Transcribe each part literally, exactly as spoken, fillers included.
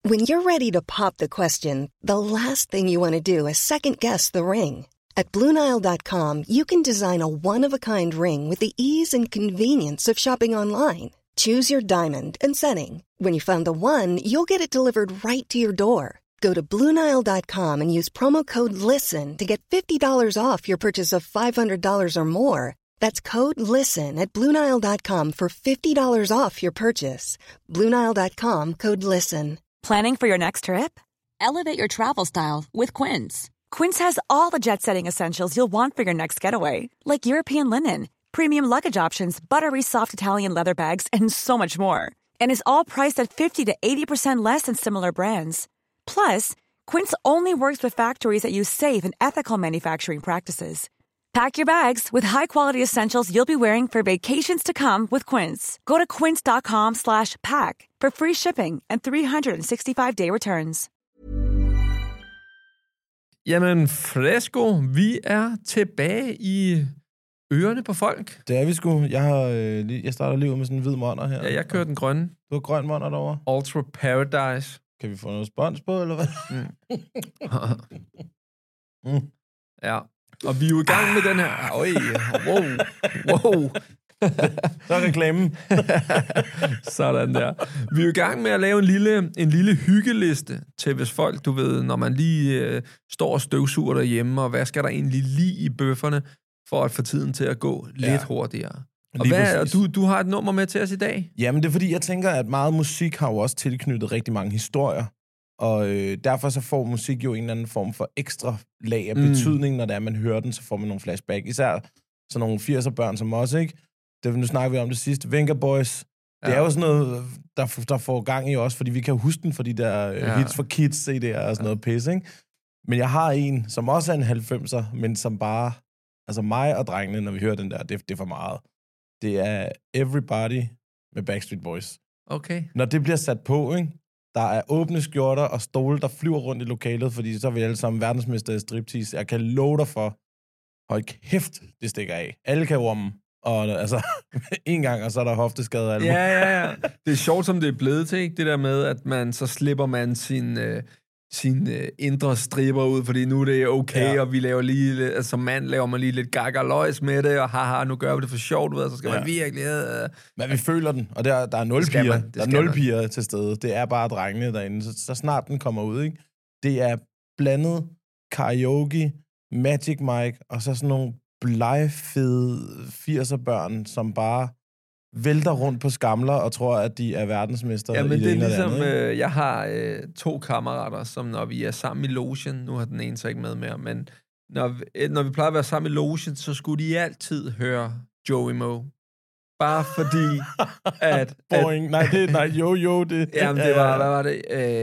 When you're ready to pop the question, the last thing you want to do is second-guess the ring. At Blue Nile dot com, you can design a one-of-a-kind ring with the ease and convenience of shopping online. Choose your diamond and setting. When you find the one, you'll get it delivered right to your door. Go to Blue Nile dot com and use promo code LISTEN to get fifty dollars off your purchase of five hundred dollars or more. That's code LISTEN at Blue Nile dot com for fifty dollars off your purchase. Blue Nile dot com, code LISTEN. Planning for your next trip? Elevate your travel style with Quince. Quince has all the jet-setting essentials you'll want for your next getaway, like European linen, premium luggage options, buttery soft Italian leather bags, and so much more. And is all priced at fifty to eighty percent less than similar brands. Plus, Quince only works with factories that use safe and ethical manufacturing practices. Pack your bags with high-quality essentials you'll be wearing for vacations to come with Quince. Go to quince dot com slash pack for free shipping and three sixty-five day returns. Jamen, Fresco, vi er tilbage i ørerne på folk. Det er vi sgu. Jeg, har, øh, jeg starter lige ud med sådan en hvid monner her. Ja, jeg kører den grønne. Du har grøn monner derovre. Ultra Paradise. Kan vi få noget spons på, eller hvad? Mm. mm. Ja. Og vi er jo i gang med den her... Øj, wow, wow. Så er reklamen. Sådan der. Vi er jo i gang med at lave en lille, en lille hyggeliste til, hvis folk, du ved, når man lige øh, står og støvsuger derhjemme, og hvad skal der egentlig lige i bøfferne, for at få tiden til at gå lidt ja. hurtigere. Og hvad, du, du har et nummer med til os i dag? Jamen, det er fordi, jeg tænker, at meget musik har jo også tilknyttet rigtig mange historier. Og øh, derfor så får musik jo en eller anden form for ekstra lag af betydning, mm. når det er, man hører den, så får man nogle flashback. Især sådan nogle firser børn som os, ikke? Det, nu snakker vi om det sidste. Venga Boys. Ja. Det er jo sådan noget, der, der får gang i os, fordi vi kan huske den for de der ja. hits for kids, C D'er og sådan ja. noget pisse, ikke? Men jeg har en, som også er en halvfemser, men som bare... Altså mig og drengene, når vi hører den der, det, det er for meget. Det er Everybody med Backstreet Boys. Okay. Når det bliver sat på, ikke? Der er åbne skjorter og stole, der flyver rundt i lokalet, fordi så er vi alle sammen verdensmester i striptease. Jeg kan love dig for, hold kæft, det stikker af. Alle kan rumme. Og altså, en gang, og så er der hofteskade. Ja, ja, ja. Det er sjovt, som det er blevet til, ikke? Det der med, at man, så slipper man sin... Øh sin øh, indre striber ud, fordi nu er det okay, ja. og vi laver lige, altså som mand laver man lige lidt gakkerløjs med det, og haha, nu gør vi det for sjovt, ved, så skal ja. man virkelig... Øh. Men vi føler den, og der, der er nul piger, der er nul piger til stede. Det er bare drengene derinde, så, så snart den kommer ud, ikke? Det er blandet karaoke, Magic Mike, og så sådan nogle blegfede firser børn, som bare vælter rundt på skamler og tror, at de er verdensmester. Ja, men i det er det ligesom, andet, øh, jeg har øh, to kammerater, som når vi er sammen i logen, nu har den ene så ikke med mere, men når vi, når vi plejer at være sammen i logen, så skulle de altid høre Joey Moe. Bare fordi, at... Boing. At, nej, det, nej, jo, jo, det... Jamen, det var, hvad var det?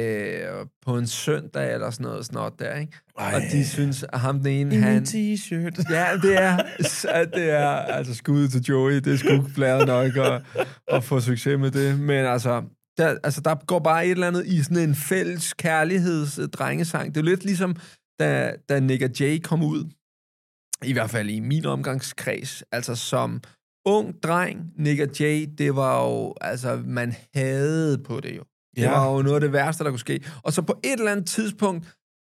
Øh, på en søndag eller sådan noget snart der, ikke? Ej. Og de synes, at ham den ene, en han... t-shirt. Ja, det er... Det er altså skud til Joey, det er sgu blæret nok at, at få succes med det. Men altså der, altså, der går bare et eller andet i sådan en fælles kærligheds-drengesang. Det er lidt ligesom, da, da Nick og Jay kom ud, i hvert fald i min omgangskreds, altså som... ung dreng, Nick og Jay, det var jo, altså, man havde på det jo. Det ja. var jo noget af det værste, der kunne ske. Og så på et eller andet tidspunkt,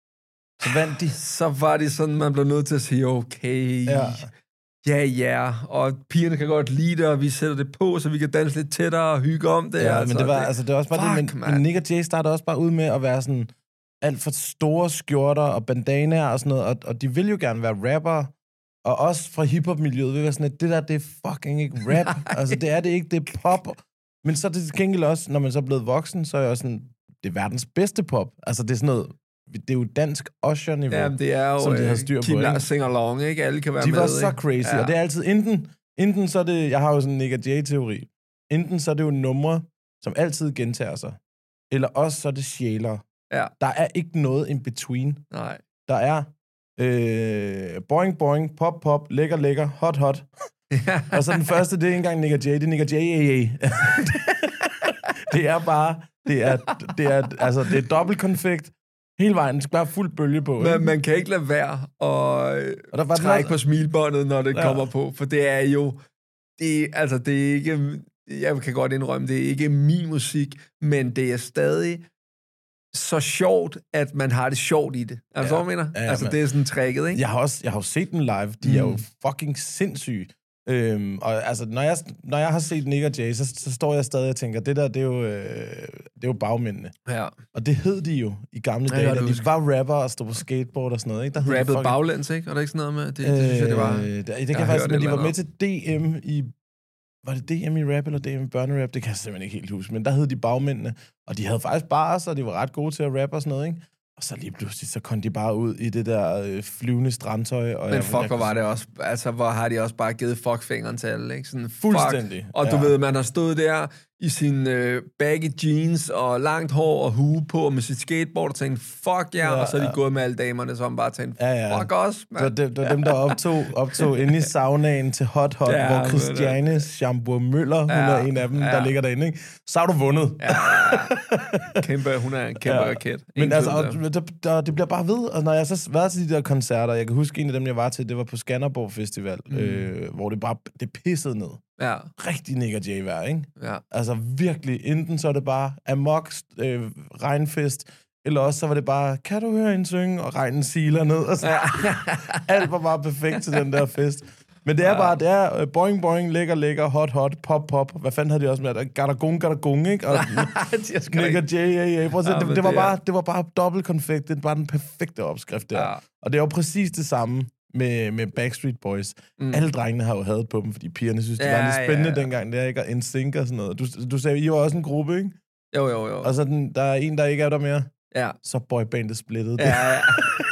så vandt de. Så var det sådan, man blev nødt til at sige, okay, ja, ja, ja. Og pigerne kan godt lide det, og vi sætter det på, så vi kan danse lidt tættere og hygge om det. Ja, altså, men det var, det, altså, det var også bare fuck, det, men, men Nick og Jay startede også bare ud med at være sådan alt for store skjorter og bandanaer og sådan noget, og, og de vil jo gerne være rapper. Og også fra hiphop-miljøet vil være sådan, at det der, det er fucking ikke rap. Altså, det er det ikke, det er pop. Men så er det til gengæld også, når man så er blevet voksen, så er jeg også sådan, det er verdens bedste pop. Altså, det er sådan noget, det er jo dansk Usher-niveau, jamen, det er jo, som de har styr på. Kim Lars sing-along, ikke? Alle kan være de med. De var så crazy, ja. Og det er altid, enten, enten så er det, jeg har jo sådan en Nick og Jay-teori, enten så er det jo numre, som altid gentager sig, eller også så er det sjæler. Ja. Der er ikke noget in between. Nej. Der er Øh, boing, boing, pop, pop, lækker, lækker, hot, hot. Ja. Og så den første, det er ikke engang Nick og Jay, det er Nick og Jay, yeah, yeah. Det er bare, det er, det er, altså, det er dobbeltkonfekt. Hele vejen, det skal bare fuld bølge på. Men man kan ikke lade være at og der var trække på smilbåndet, når det ja. kommer på, for det er jo, det, altså, det er ikke, jeg kan godt indrømme, det er ikke min musik, men det er stadig så sjovt, at man har det sjovt i det. Altså, ja. Hvad mener? Ja, ja, altså, det er sådan tricket, ikke? Jeg har også jeg har jo set dem live. De mm. er jo fucking sindssyge. Øhm, og altså, når jeg, når jeg har set Nick og Jay, så, så står jeg stadig og tænker, det der, det er jo, øh, det er jo bagmændene. Ja. Og det hed de jo i gamle dage, da de var rapper og stod på skateboard og sådan noget, ikke? Der rappede fucking... baglæns, ikke? Og der ikke sådan noget med? Det, det synes jeg, det var... Øh, det, det kan faktisk, men de var med til D M i... Var det D M i rap eller D M i børnerap? Det kan jeg simpelthen ikke helt huske, men der hed de bagmændene, og de havde faktisk bars, og de var ret gode til at rappe og sådan noget, ikke? Og så lige pludselig, så kom de bare ud i det der øh, flyvende strandtøj. Og men jeg, fuck, hvor var det også... Altså, hvor har de også bare givet fuckfingeren til alle, ikke? Sådan, fuldstændig. Fuck. Og du ja. ved, man har stået der i sin øh, baggy jeans og langt hår og hue på med sit skateboard og tænkt, fuck ja, yeah, og så er de ja. gået med alle damerne, som bare tænkt, ja, ja. fuck os, man. Så det, det var ja. dem, der optog, optog inde i saunaen til Hot Hot, ja, hvor Christiane Schamburg Møller, hun ja. er en af dem, ja. der ligger derinde, ikke? Så har du vundet. Ja, ja. Kæmpe, hun er en kæmpe ja. raket. Men altså, og, der, der, det bliver bare ved, og når jeg så været til de der koncerter, jeg kan huske en af dem, jeg var til, det var på Skanderborg Festival, mm. øh, hvor det bare, det pissede ned. Ja. Rigtig Nick og Jay vejr, ikke? Ja. Altså virkelig, enten så er det bare amok, øh, regnfest, eller også så var det bare, kan du høre en synge, og regnen siler ned, og så. Ja. Alt var bare perfekt til den der fest. Men det er ja. bare, det er uh, boing, boing, lækker, lækker, hot, hot, pop, pop. Hvad fanden havde de også med? Gadagung, gadagung, ikke? Og Nick og Jay, ja, ja. Prøv at se, ja, det, det, var det, bare, det var bare dobbelt konfekt. Det var den perfekte opskrift der. Ja. Og det er jo præcis det samme med, med Backstreet Boys. Mm. Alle drengene har jo hadet på dem, fordi pigerne synes, det ja, var lidt spændende ja, ja. dengang. Det er ikke en sync og sådan noget. Du, du sagde, I var også en gruppe, ikke? Jo, jo, jo. Og så den, der er en, der ikke er der mere. Ja. Så boybandet splittet. Ja, ja.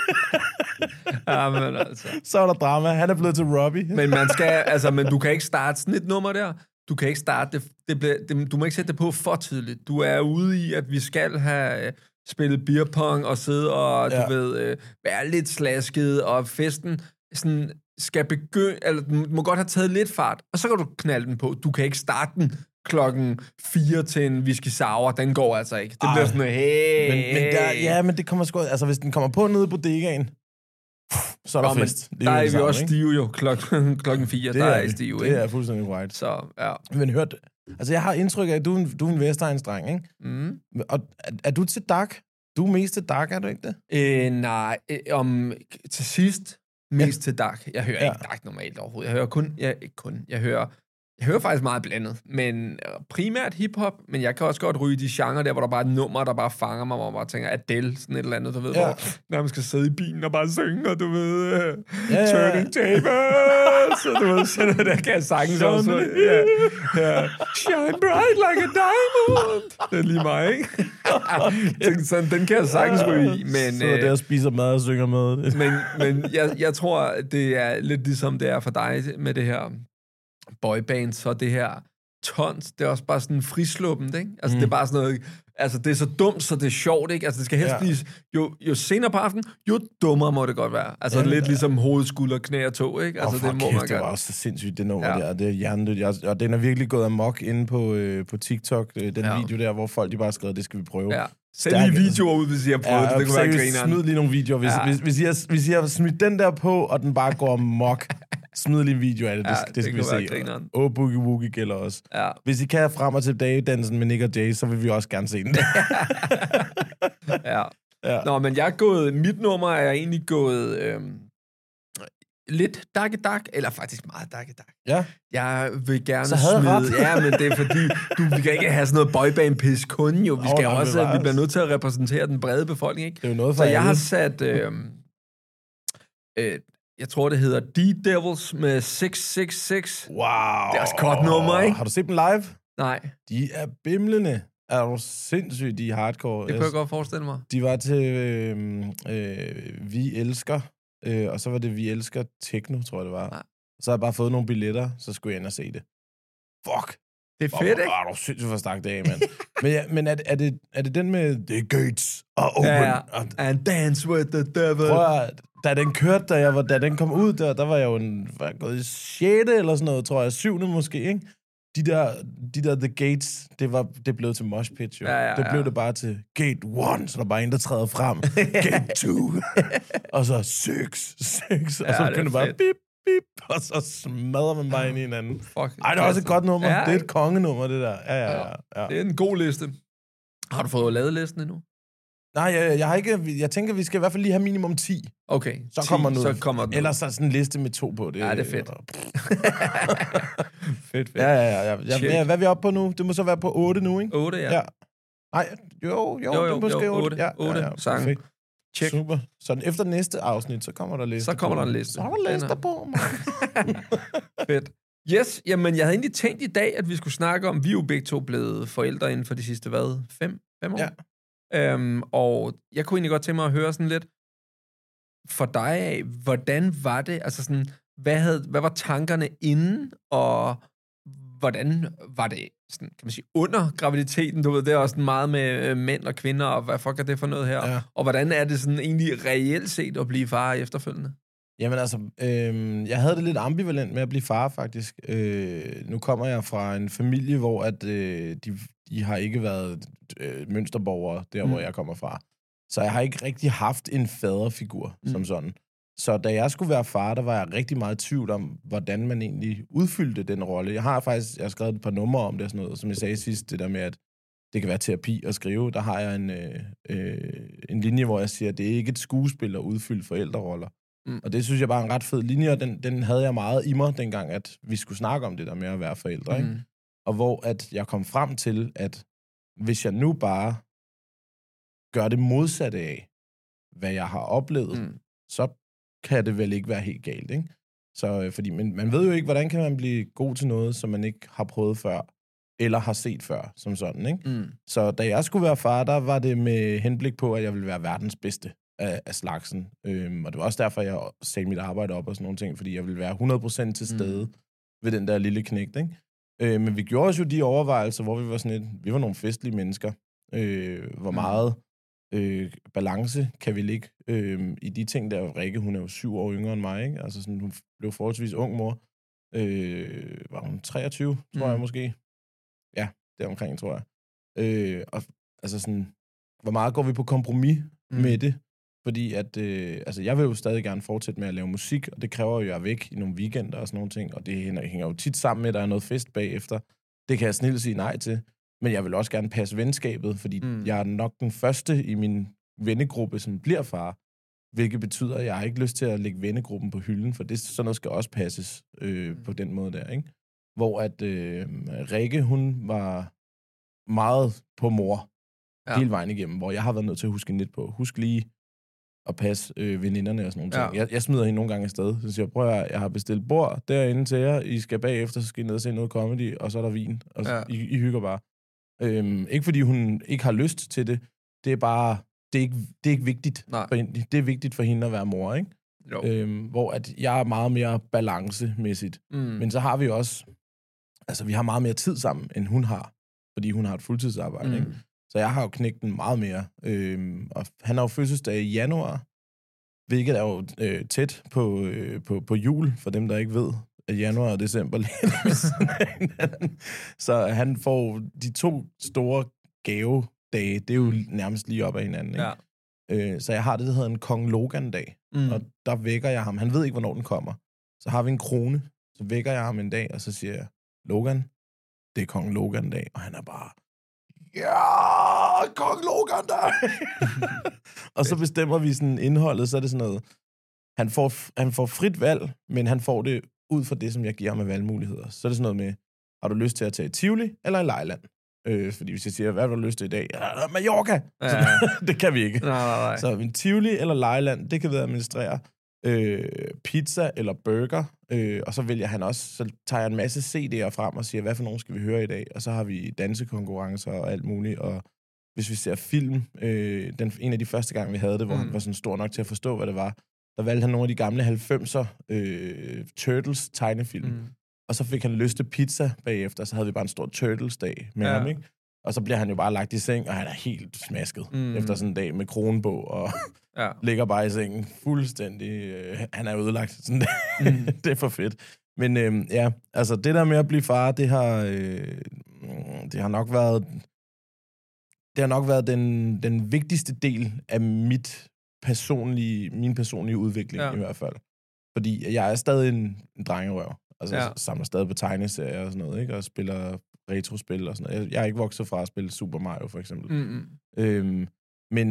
Ja, men altså. Så er der drama. Han er blevet til Robbie. Men man skal, altså, men du kan ikke starte sådan et nummer der. Du kan ikke starte det, det, bliver, det. Du må ikke sætte det på for tidligt. Du er ude i, at vi skal have spillet beer pong og sidde og, ja. du ved, øh, være lidt slasket, og festen sådan skal begynde, eller du må godt have taget lidt fart, og så kan du knalde den på. Du kan ikke starte den klokken fire til en whisky sour. Den går altså ikke. Det Ej. bliver sådan noget, hey, men, men der, ja, men det kommer sgu... Altså, hvis den kommer på nede i bodegaen, så er der Nå, fest. Der er, er vi sammen, også stive jo klokken, klokken fire. Det der er, er stive, det ikke? er fuldstændig right. Så, ja. Men hørt... Altså, jeg har indtryk af, at du er en, du er en Vestegnsdreng, ikke? Mm. Og er, er du til dark? Du er mest til dark, er du ikke det? Øh, nej. Øh, om, til sidst mest ja. til dark. Jeg hører ja. ikke dark normalt overhovedet. Jeg hører kun... Jeg, ikke kun. Jeg hører... Jeg hører faktisk meget blandet, men primært hiphop, men jeg kan også godt ryge de genre der, hvor der bare er et nummer, der bare fanger mig, hvor man bare tænker, Adele, sådan et eller andet, du ved, ja. hvor når man skal sidde i bilen og bare synge, og du ved, uh, ja, turning tables, så du ved, sådan noget der kan jeg sagtens også. Ja, ja. Shine bright like a diamond. Det er lige mig, ikke? Okay. Sådan, den kan jeg sagtens ryge i, men... Så der øh, spiser mad og synger med. men men jeg, jeg tror, det er lidt ligesom det er for dig med det her boyband, så det her tons, det er også bare sådan frisluppent, ikke? Altså, mm. det er bare sådan noget, altså, det er så dumt, så det er sjovt, ikke? Altså, det skal helst ja. blive, jo, jo senere på aftenen, jo dummere må det godt være. Altså, ja, lidt ja. ligesom hoved, skulder, knæ og tå, ikke? Altså, oh, det må kæft, man det godt. var også så sindssygt, det nummer ja. der. Det er hjernedødt. Og den er virkelig gået amok inde på, øh, på TikTok, øh, den ja. video der, hvor folk de bare har skrevet, det skal vi prøve. Ja. Send lige videoer ud, hvis I har prøvet ja, det. Det kunne være grineren. Smid lige nogle videoer. Hvis, ja. hvis, hvis, I har, hvis I har smidt den der på, og den bare går amok, smid lige en video af det. Det, ja, det, det skal vi se. Og Boogie Woogie gælder også. Ja. Hvis I kan frem og tilbage dansen med Nick og Jay, så vil vi også gerne se den. ja. ja. Nå, men jeg er gået... Mit nummer er egentlig gået... Øhm, lidt dakke dak, eller faktisk meget dakke dak. Ja. Jeg vil gerne smide... Ja, men det er fordi, du kan ikke have sådan noget boyband-pis kun jo. Vi skal oh, også... Vi bliver nødt til at repræsentere den brede befolkning, ikke? Det er jo noget for Så jeg alle. har sat... Øhm, øh, jeg tror, det hedder D-Devils med seks seks seks. Wow. Det er også et godt nummer, ikke? Har du set dem live? Nej. De er bimlende. Er du sindssygt, de er hardcore. Det kunne jeg godt forestille mig. De var til øh, øh, Vi Elsker, øh, og så var det Vi Elsker Techno, tror jeg det var. Nej. Så har jeg bare fået nogle billetter, så skulle jeg ind og se det. Fuck. Det er fedt, ikke? Åh, du sindssygt for stærkt af, mand. men ja, men er, er, det, er det den med The Gates are open? Ja, ja. And dance with the devil. Prøv at, da den kørte, da, jeg var, da den kom ud, der, der var jeg jo en, var jeg gået i sjette eller sådan noget, tror jeg, syvende måske, ikke? De der, de der The Gates, det var det blev til mosh pitch, jo. Ja, ja, ja. Det blev det bare til Gate one, så der bare en, der træder frem. Gate two. Og så six, six. Ja, og så begynder det bare bip, bip, og så smadrer man bare ind i hinanden. Fuck, ej, det er også et godt nummer. Ja, det er et kongenummer, det der. Ja, ja, ja, ja. Det er en god liste. Har du fået lavet listen endnu? Nej, jeg, jeg har ikke... Jeg tænker, vi skal i hvert fald lige have minimum ti. Okay. Så ti, kommer noget. Så kommer noget. Ellers så sådan en liste med to på det. Ja, det er fedt. fedt, fedt. Ja, ja, ja. ja. ja hvad er vi oppe på nu? Det må så være på otte nu, ikke? otte, ja. ja. Nej, jo, jo, jo, jo det er måske jo, otte. Ja, otte ja, ja. sange. Check. Super. Så efter næste afsnit, så kommer der liste Så kommer på. der en liste. Så er der liste på, man. Fedt. Yes, jamen jeg havde egentlig tænkt i dag, at vi skulle snakke om, vi er jo begge to blevet forældre inden for de sidste, hvad, fem, fem år? Ja. Øhm, og jeg kunne egentlig godt tænke mig at høre sådan lidt for dig af, hvordan var det, altså sådan, hvad, havde, hvad var tankerne inden, og hvordan var det, sådan, kan man sige, under graviditeten, du ved, det er også meget med øh, mænd og kvinder, og hvad fuck er det for noget her, ja. Og hvordan er det sådan egentlig reelt set at blive far efterfølgende? Jamen altså, øh, jeg havde det lidt ambivalent med at blive far, faktisk. Øh, nu kommer jeg fra en familie, hvor at, øh, de, de har ikke været øh, mønsterborgere, der mm. hvor jeg kommer fra. Så jeg har ikke rigtig haft en faderfigur, mm. som sådan. Så da jeg skulle være far, der var jeg rigtig meget i tvivl om, hvordan man egentlig udfyldte den rolle. Jeg har faktisk jeg har skrevet et par numre om det og sådan noget, som jeg sagde sidst, det der med, at det kan være terapi at skrive. Der har jeg en, øh, øh, en linje, hvor jeg siger, at det er ikke et skuespil at udfylde forældreroller. Mm. Og det synes jeg bare er en ret fed linje, og den, den havde jeg meget i mig, dengang, at vi skulle snakke om det der med at være forældre. Mm. Ikke? Og hvor at jeg kom frem til, at hvis jeg nu bare gør det modsatte af, hvad jeg har oplevet, mm. så kan det vel ikke være helt galt, ikke? Så, fordi man, man ved jo ikke, hvordan kan man blive god til noget, som man ikke har prøvet før, eller har set før, som sådan, ikke? Mm. Så da jeg skulle være far, der var det med henblik på, at jeg ville være verdens bedste af, af slagsen. Øhm, og det var også derfor, jeg sagde mit arbejde op og sådan nogle ting, fordi jeg ville være hundrede procent til stede mm. ved den der lille knægt, ikke? Øh, men vi gjorde også jo de overvejelser, hvor vi var sådan et, vi var nogle festlige mennesker. Øh, hvor meget øh, balance kan vi ligge øh, i de ting der. Rikke, hun er jo syv år yngre end mig, ikke? Altså sådan, hun blev forholdsvis ung mor. Øh, var hun treogtyve, tror mm. jeg måske? Ja, det er omkring, tror jeg. Øh, og altså sådan, hvor meget går vi på kompromis mm. med det? Fordi at, øh, altså jeg vil jo stadig gerne fortsætte med at lave musik, og det kræver jo, at jeg er væk i nogle weekender og sådan nogle ting, og det hænger, hænger jo tit sammen med, at der er noget fest bagefter. Det kan jeg snilt sige nej til, men jeg vil også gerne passe venskabet, fordi mm. jeg er nok den første i min vennegruppe, som bliver far, hvilket betyder, at jeg har ikke lyst til at lægge vennegruppen på hylden, for det, sådan noget skal også passes øh, på den måde der, ikke? Hvor at øh, Rikke, hun var meget på mor ja. hele vejen igennem, hvor jeg har været nødt til at huske lidt på. Husk lige at passe øh, veninderne og sådan nogle ja. ting. Jeg, jeg smider hende nogle gange afsted, så siger jeg, prøv at jeg har bestilt bord derinde til jer, I skal bagefter, så skal I ned og se noget comedy, og så er der vin, og ja. I, I hygger bare. Øhm, ikke fordi hun ikke har lyst til det, det er bare, det er ikke, det er ikke vigtigt Nej. for hende. Det er vigtigt for hende at være mor, ikke? Øhm, hvor at jeg er meget mere balancemæssigt. Mm. Men så har vi også, altså vi har meget mere tid sammen, end hun har, fordi hun har et fuldtidsarbejde, mm. ikke? Så jeg har jo knækt den meget mere. Øhm, og han har jo fødselsdag i januar, hvilket er jo øh, tæt på, øh, på, på jul, for dem, der ikke ved, at januar og december ligger ved siden af hinanden. Så han får de to store gavedage, det er jo nærmest lige op ad hinanden, ikke? Ja. Øh, så jeg har det, der hedder en Kong Logan-dag, mm. og der vækker jeg ham. Han ved ikke, hvornår den kommer. Så har vi en krone, så vækker jeg ham en dag, og så siger jeg, Logan, det er Kong Logan-dag, og han er bare, ja, Kong Logan der. Og så bestemmer vi sådan indholdet, så er det sådan noget, han får, han får frit valg, men han får det ud fra det, som jeg giver ham af valgmuligheder. Så er det sådan noget med, har du lyst til at tage Tivoli eller i Lejland? Øh, fordi hvis jeg siger, hvad har du lyst til i dag? Ja, Mallorca! Ja. Så, det kan vi ikke. Nej, nej, nej. Så en Tivoli eller Lejland, det kan vi administrere. Øh, pizza eller burger, øh, og så vælger han også, så tager jeg en masse C D'er frem og siger, hvad for nogen skal vi høre i dag? Og så har vi dansekonkurrencer og alt muligt, og hvis vi ser film, øh, den, en af de første gange, vi havde det, hvor mm. han var sådan stor nok til at forstå, hvad det var, der valgte han nogle af de gamle halvfemser øh, Turtles tegnefilm, mm. og så fik han lyst til pizza bagefter, så havde vi bare en stor Turtles-dag med ja. ham, ikke? Og så bliver han jo bare lagt i seng, og han er helt smasket mm. efter sådan en dag med kronebog, og ja. ligger bare i sengen fuldstændig. Øh, han er ødelagt. Sådan mm. Det er for fedt. Men øh, ja, altså det der med at blive far, det har, øh, det har nok været, det har nok været den, den vigtigste del af mit personlige, min personlige udvikling ja. i hvert fald. Fordi jeg er stadig en, en drengerøv. Altså, ja. jeg samler stadig på tegneserier og sådan noget, ikke? Og spiller retrospil og sådan noget. Jeg, jeg er ikke vokset fra at spille Super Mario, for eksempel. Mm-hmm. Øhm, men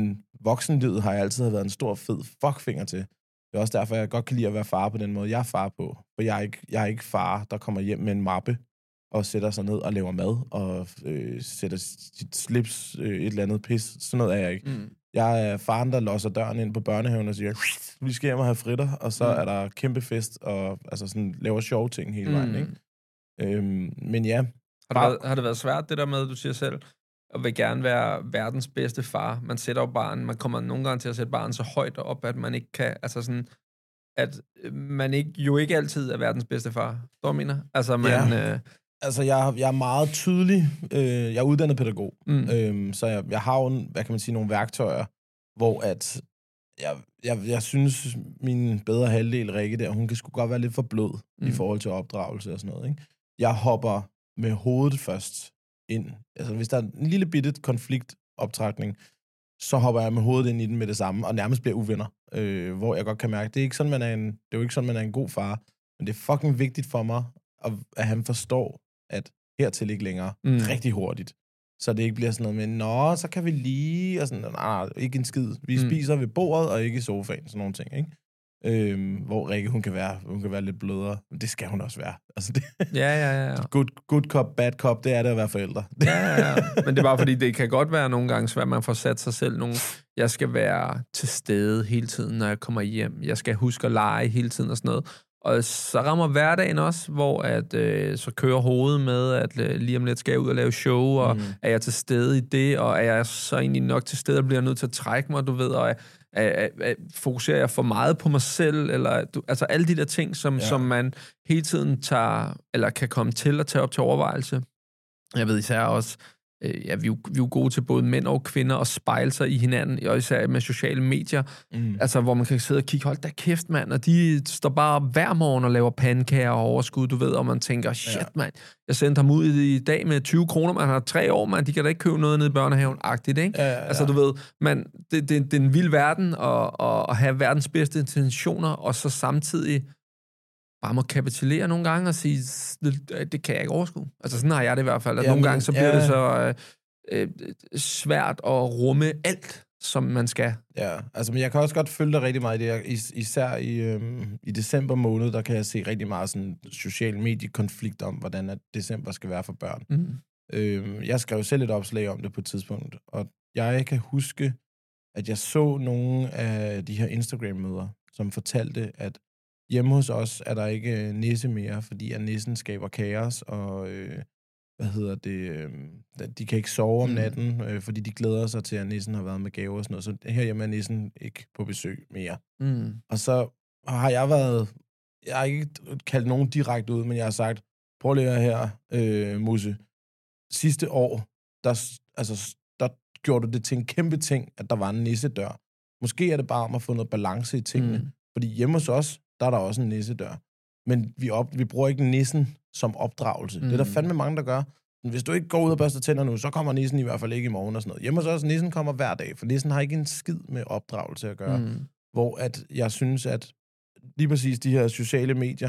voksenlivet har jeg altid været en stor, fed fuckfinger til. Det er også derfor, jeg godt kan lide at være far på den måde, jeg er far på. For jeg er ikke, jeg er ikke far, der kommer hjem med en mappe og sætter sig ned og laver mad og øh, sætter sit slips øh, et eller andet pis. Sådan noget er jeg ikke. Mm. Jeg er faren, der låser døren ind på børnehaven og siger, vi skal hjem og have fritter, og så mm. er der kæmpe fest og altså sådan, laver sjove ting hele vejen. Mm. Ikke? Øhm, men ja. Har det, været, har det været svært, det der med, du siger selv, og vil gerne være verdens bedste far? Man sætter jo barn, man kommer nogle gange til at sætte barn så højt op, at man ikke kan, altså sådan, at man ikke, jo ikke altid er verdens bedste far. Står du mener? Altså, man... Ja. Øh, altså, jeg, jeg er meget tydelig. Øh, jeg er uddannet pædagog, mm. øhm, så jeg, jeg har jo, hvad kan man sige, nogle værktøjer, hvor at jeg, jeg, jeg synes, min bedre halvdel, Rikke der, hun kan sgu godt være lidt for blød mm. i forhold til opdragelse og sådan noget, ikke? Jeg hopper med hovedet først ind. Altså, hvis der er en lille bitte konfliktoptrækning, så hopper jeg med hovedet ind i den med det samme, og nærmest bliver uvenner. Øh, hvor jeg godt kan mærke, det er ikke sådan, man er en, det er jo ikke sådan, man er en god far, men det er fucking vigtigt for mig, at, at han forstår, at hertil ikke længere, mm. rigtig hurtigt. Så det ikke bliver sådan noget med, nå, så kan vi lige, og sådan, nej, ikke en skid. Vi mm. spiser ved bordet, og ikke i sofaen, sådan nogle ting, ikke? Øhm, hvor Rikke, hun kan være, hun kan være lidt blødere. Men det skal hun også være. Altså det, ja, ja, ja. Good, good cop, bad cop, det er det at være forældre. Ja, ja, ja. Men det er bare fordi, det kan godt være nogle gange svært, man får sat sig selv nogle, jeg skal være til stede hele tiden, når jeg kommer hjem. Jeg skal huske at lege hele tiden og sådan noget. Og så rammer hverdagen også, hvor at, øh, så kører hovedet med, at øh, lige om lidt skal jeg ud og lave show, og mm. er jeg til stede i det, og er jeg så egentlig nok til stede, og bliver jeg nødt til at trække mig, du ved, og er, er, er, fokuserer jeg for meget på mig selv, eller du, altså alle de der ting, som, ja. som man hele tiden tager, eller kan komme til at tage op til overvejelse. Jeg ved især også, ja, vi er, jo, vi er jo gode til både mænd og kvinder at spejle sig i hinanden, og især med sociale medier, mm. altså hvor man kan sidde og kigge, hold da kæft, mand, og de står bare hver morgen og laver pandekager og overskud, du ved, og man tænker, shit, ja. mand, jeg sendte ham ud i dag med tyve kroner, man har tre år, man, de kan da ikke købe noget nede i børnehaven-agtigt, ikke? Ja, ja, ja. Altså, du ved, man, det, det, det er en vild verden at, at have verdens bedste intentioner, og så samtidig bare må kapitulere nogle gange og sige, det, det kan jeg ikke overskue. Altså sådan har jeg det i hvert fald. At ja, nogle gange så bliver ja. det så øh, øh, svært at rumme alt, som man skal. Ja, altså men jeg kan også godt følge dig rigtig meget i det. Is, især i, øhm, i december måned, der kan jeg se rigtig meget sådan social mediekonflikt om, hvordan at december skal være for børn. Mm. Øhm, jeg skrev selv et opslag om det på et tidspunkt, og jeg kan huske, at jeg så nogle af de her Instagram-møder, som fortalte, at hjemme hos os er der ikke nisse mere, fordi at nissen skaber kaos, og øh, hvad hedder det, øh, de kan ikke sove om natten, øh, fordi de glæder sig til, at nissen har været med gaver og sådan noget. Så herhjemme er nissen ikke på besøg mere. Mm. Og så har jeg været, jeg har ikke kaldt nogen direkte ud, men jeg har sagt, prøv lige her, øh, Musse. Sidste år, der, altså, der gjorde du det til en kæmpe ting, at der var en nissedør. Måske er det bare om at få noget balance i tingene. Mm. Fordi hjemme hos os, der er der også en nissedør. Men vi, op, vi bruger ikke nissen som opdragelse. Mm. Det er der fandme mange, der gør. Men hvis du ikke går ud og børster tænder nu, så kommer nissen i hvert fald ikke i morgen og sådan noget. Hjemme hos os, nissen kommer hver dag, for nissen har ikke en skid med opdragelse at gøre. Mm. Hvor at jeg synes, at lige præcis de her sociale medier,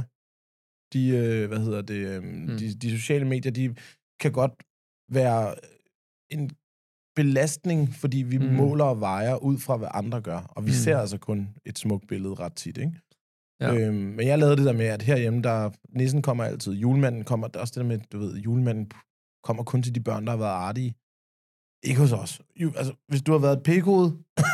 de, øh, hvad hedder det, øh, mm. de, de sociale medier, de kan godt være en belastning, fordi vi mm. måler og vejer ud fra, hvad andre gør. Og vi mm. ser altså kun et smukt billede ret tit, ikke? Ja. Øhm, men jeg lavede det der med, at herhjemme, der nissen kommer altid. Julemanden kommer, der også det der med, du ved, julemanden kommer kun til de børn, der har været artige. Ikke hos os. Ju, altså, hvis du har været et pækhoved,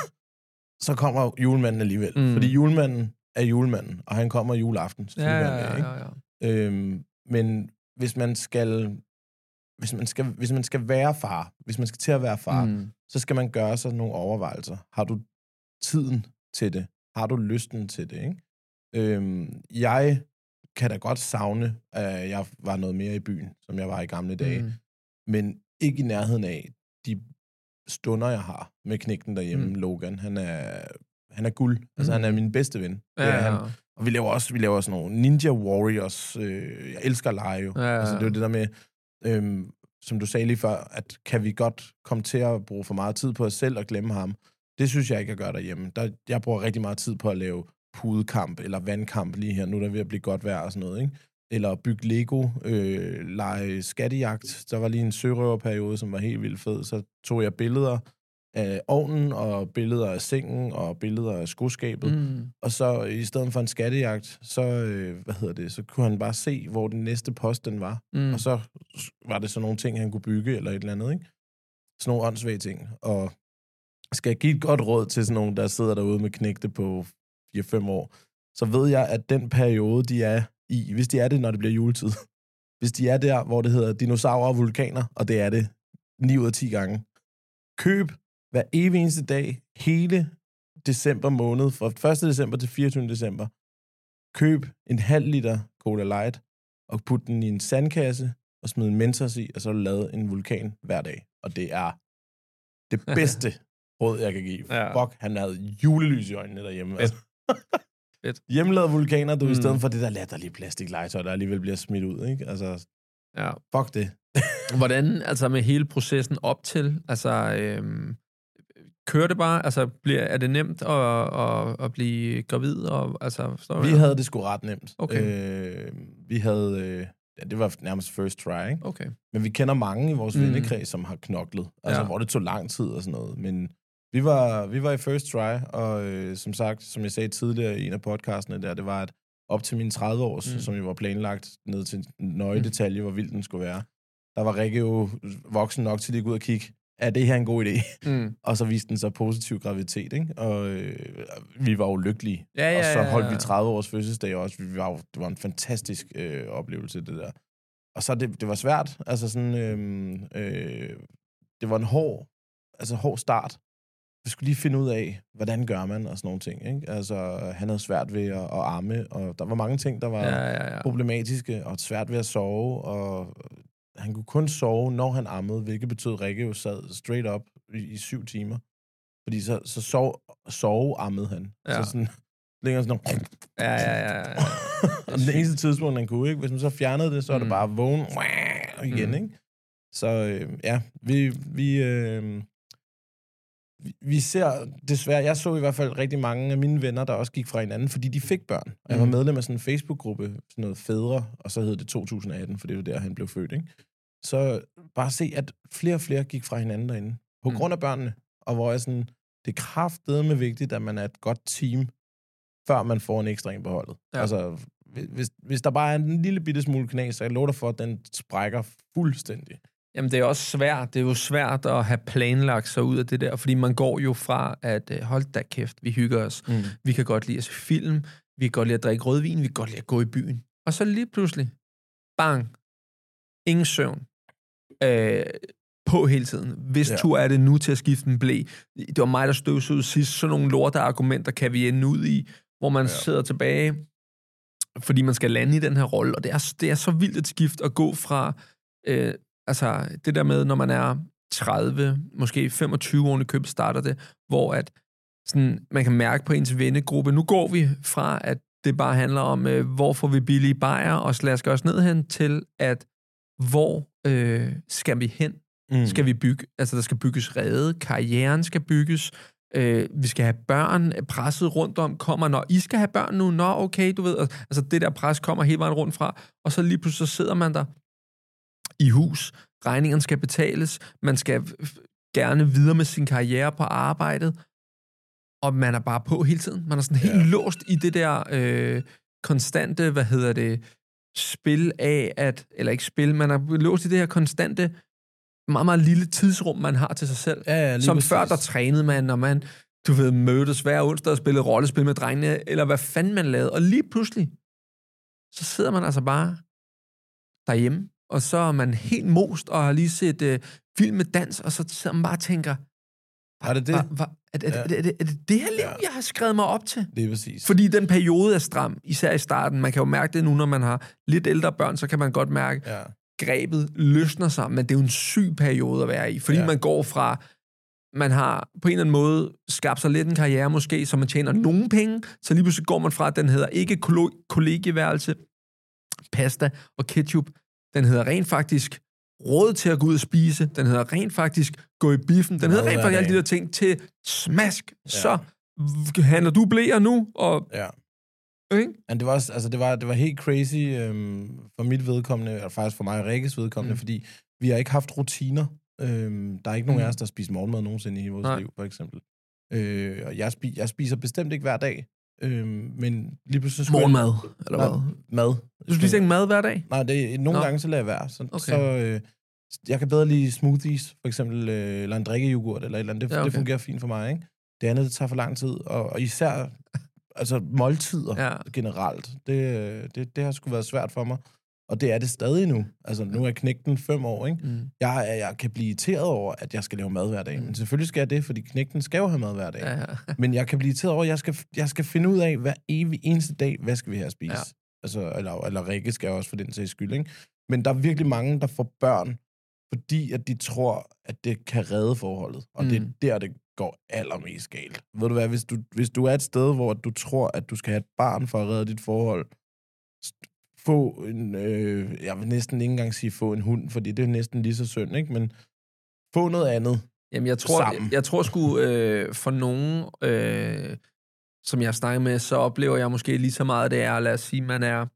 så kommer julemanden alligevel. Mm. Fordi julemanden er julemanden, og han kommer juleaften. Ja, ja, ja, ja, ja. Øhm, men hvis man skal... Hvis man, skal, hvis man skal være far, hvis man skal til at være far, mm. så skal man gøre sig nogle overvejelser. Har du tiden til det? Har du lysten til det? Ikke? Øhm, jeg kan da godt savne, at jeg var noget mere i byen, som jeg var i gamle dage. Mm. Men ikke i nærheden af de stunder, jeg har med knægten derhjemme, mm. Logan. Han er, han er guld. Mm. Altså, han er min bedste ven. Ja, det er han. Og vi laver også vi laver sådan nogle Ninja Warriors. Øh, jeg elsker at lege jo. Ja, ja. Altså, det er jo det der med... Øhm, som du sagde lige før, at kan vi godt komme til at bruge for meget tid på os selv og glemme ham. Det synes jeg ikke at gøre derhjemme. Der, jeg bruger rigtig meget tid på at lave pudekamp eller vandkamp lige her. Nu er der ved at blive godt vejr og sådan noget, ikke? Eller bygge Lego, øh, lege skattejagt. Der var lige en sørøverperiode, som var helt vildt fed. Så tog jeg billeder af ovnen, og billeder af sengen, og billeder af skoskabet. Mm. Og så i stedet for en skattejagt, så, øh, hvad hedder det, så kunne han bare se, hvor den næste post den var. Mm. Og så var det sådan nogle ting, han kunne bygge, eller et eller andet, ikke? Sådan nogle åndssvage ting. Og skal jeg give et godt råd til sådan nogen, der sidder derude med knægte på fire fem år, så ved jeg, at den periode, de er i, hvis de er det, når det bliver juletid, hvis de er der, hvor det hedder dinosaurer og vulkaner, og det er det ni ud af ti gange, køb hver evig eneste dag, hele december måned, fra første december til fireogtyvende december, køb en halv liter Cola Light, og put den i en sandkasse, og smid en Mentos i, og så lave en vulkan hver dag. Og det er det bedste råd, jeg kan give. Ja. Fuck, han havde julelys i øjnene derhjemme. Altså. Fedt. Hjemmelavede vulkaner, du, mm. i stedet for det der latterlige plastiklegetøj, der alligevel bliver smidt ud, ikke? Altså, ja. Fuck det. Hvordan, altså med hele processen op til, altså, øhm, kører det bare, altså, bliver, er det nemt at, at, at blive gravid? Og, altså, vi havde det sgu ret nemt. Okay. Øh, vi havde, øh, ja, det var nærmest first try, ikke? Okay. Men vi kender mange i vores mm. vennekreds, som har knoklet, altså, ja. Hvor det tog lang tid og sådan noget, men vi var, vi var i first try, og øh, som sagt, som jeg sagde tidligere i en af podcastene der, det var, at op til mine tredive års, mm. som jo var planlagt ned til nøje mm. detalje, hvor vild den skulle være, der var Rikke jo voksen nok til at gå ud og kigge, er det her en god idé? Mm. Og så viste den så positiv graviditet, ikke? Og øh, vi var jo lykkelige. Ja, ja, og så holdt ja, ja. vi tredive års fødselsdag også. Vi var jo, det var en fantastisk øh, oplevelse, det der. Og så det, det var svært. Altså sådan, øh, øh, det var en hård, altså hård start. Vi skulle lige finde ud af, hvordan gør man, og sådan nogle ting, ikke? Altså, han havde svært ved at, at amme, og der var mange ting, der var ja, ja, ja. problematiske, og svært ved at sove, og han kunne kun sove, når han ammede, hvilket betød, at Rikke jo sad straight up i, i syv timer. Fordi så, så sov, sove-ammede han. Ja. Så sådan, længere sådan nogle... Ja, ja, ja. ja. Og den eneste tidspunkt, han kunne, ikke? Hvis man så fjernede det, så er det mm. bare vågen igen, mm. ikke? Så øh, ja, vi... vi øh, Vi ser desværre, jeg så i hvert fald rigtig mange af mine venner, der også gik fra hinanden, fordi de fik børn. Og jeg var medlem af sådan en Facebook-gruppe, sådan noget fædre, og så hed det to tusind atten, for det var der, han blev født, ikke? Så bare se, at flere og flere gik fra hinanden derinde, på mm. grund af børnene, og hvor jeg sådan, det er kraftedeme vigtigt, at man er et godt team, før man får en ekstra en på holdet. Ja. Altså, hvis, hvis der bare er en lille bitte smule knas, så jeg lover dig for, at den sprækker fuldstændig. Jamen, det er også svært. Det er jo svært at have planlagt sig ud af det der, fordi man går jo fra, at hold da kæft, vi hygger os. Mm. Vi kan godt lide at se film, vi kan godt lide at drikke rødvin, vi kan godt lide at gå i byen. Og så lige pludselig, bang, ingen søvn, øh, på hele tiden. Hvis ja. tur er det nu til at skifte en blæ. Det var mig, der støvsugede sidst. Sådan nogle lorte argumenter kan vi ende ud i, hvor man ja. sidder tilbage, fordi man skal lande i den her rolle. Og det er, det er så vildt et skift at gå fra... Øh, Altså, det der med, når man er tredive, måske femogtyve år i købet, starter det, hvor at sådan, man kan mærke på ens vennegruppe, nu går vi fra, at det bare handler om, øh, hvor får vi billige bajer og slasker os ned hen, til at hvor øh, skal vi hen? Mm. Skal vi bygge? Altså, der skal bygges rede, karrieren skal bygges, øh, vi skal have børn presset rundt om, kommer, når I skal have børn nu, nå, okay, du ved, altså det der pres kommer hele vejen rundt fra, og så lige pludselig så sidder man der i hus, regningerne skal betales, man skal gerne videre med sin karriere på arbejdet, og man er bare på hele tiden. Man er sådan helt ja. låst i det der øh, konstante, hvad hedder det, spil af at, eller ikke spil, man er låst i det her konstante, meget, meget lille tidsrum, man har til sig selv. Ja, ja, som præcis. Før, der trænede man, når man, du ved, mødtes hver onsdag og spillede rollespil med drengene, eller hvad fanden man lavede. Og lige pludselig, så sidder man altså bare derhjemme, og så er man helt most og har lige set uh, film med dans, og så sidder man bare og tænker, er det det? Hva, hva, er, er, ja. er, er, er, er det det her liv, ja. jeg har skrevet mig op til? Det er præcis. Fordi den periode er stram, især i starten. Man kan jo mærke det nu, når man har lidt ældre børn, så kan man godt mærke, ja. grebet løsner sig, men det er jo en syg periode at være i, fordi ja. man går fra, man har på en eller anden måde skabt sig lidt en karriere måske, så man tjener nogle penge, så lige pludselig går man fra, at den hedder ikke kollegieværelse, pasta og ketchup, den hedder rent faktisk råd til at gå ud og spise, den hedder rent faktisk gå i biffen, den hedder rent faktisk alle de der ting til smask, ja. så handler du blæer nu, og... Ja. Okay? Men det var, også, altså det var, det var helt crazy øhm, for mit vedkommende, eller faktisk for mig og Rikkes vedkommende, mm. fordi vi har ikke haft rutiner Øhm, der er ikke nogen Mm. af os, der har spist morgenmad nogensinde i hele vores Nej. liv, for eksempel. Øh, og jeg, spi- jeg spiser bestemt ikke hver dag, øhm, men lige pludselig... skulle jeg- Morgenmad, eller Nej, hvad? Mad. Du spiser ikke mad hver dag? Nej, det, nogle Nå. gange så lader jeg være. Så, Okay. så øh, jeg kan bedre lide smoothies, for eksempel, øh, eller en drikkejoghurt, eller et eller andet. Det, Ja, okay. det fungerer fint for mig, ikke? Det andet, det tager for lang tid, og, og især altså måltider Ja. generelt. Det, det, det har sgu været svært for mig, og det er det stadig nu. Altså, nu er jeg knægten fem år, ikke? Mm. Jeg, jeg kan blive irriteret over, at jeg skal lave mad hver dag, Mm. men selvfølgelig skal jeg det, fordi knægten skal jo have mad hver dag. Ja, ja. Men jeg kan blive irriteret over, at jeg skal, jeg skal finde ud af hver evig eneste dag, hvad skal vi have at spise? Ja. Altså, eller, eller Rikke skal også for den sags skyld, ikke? Men der er virkelig mange, der får børn, fordi at de tror, at det kan redde forholdet. Og mm. det er Mm. der, det går allermest galt. Ved du hvad, hvis du, hvis du er et sted, hvor du tror, at du skal have et barn for at redde dit forhold, få en, øh, jeg vil næsten ikke engang sige få en hund, fordi det er næsten lige så synd, ikke? Men få noget andet. Jamen, jeg tror, Sammen. jeg, jeg tror sgu, øh, for nogen, øh, som jeg snakker med, så oplever jeg måske lige så meget, det er, lad os sige, man er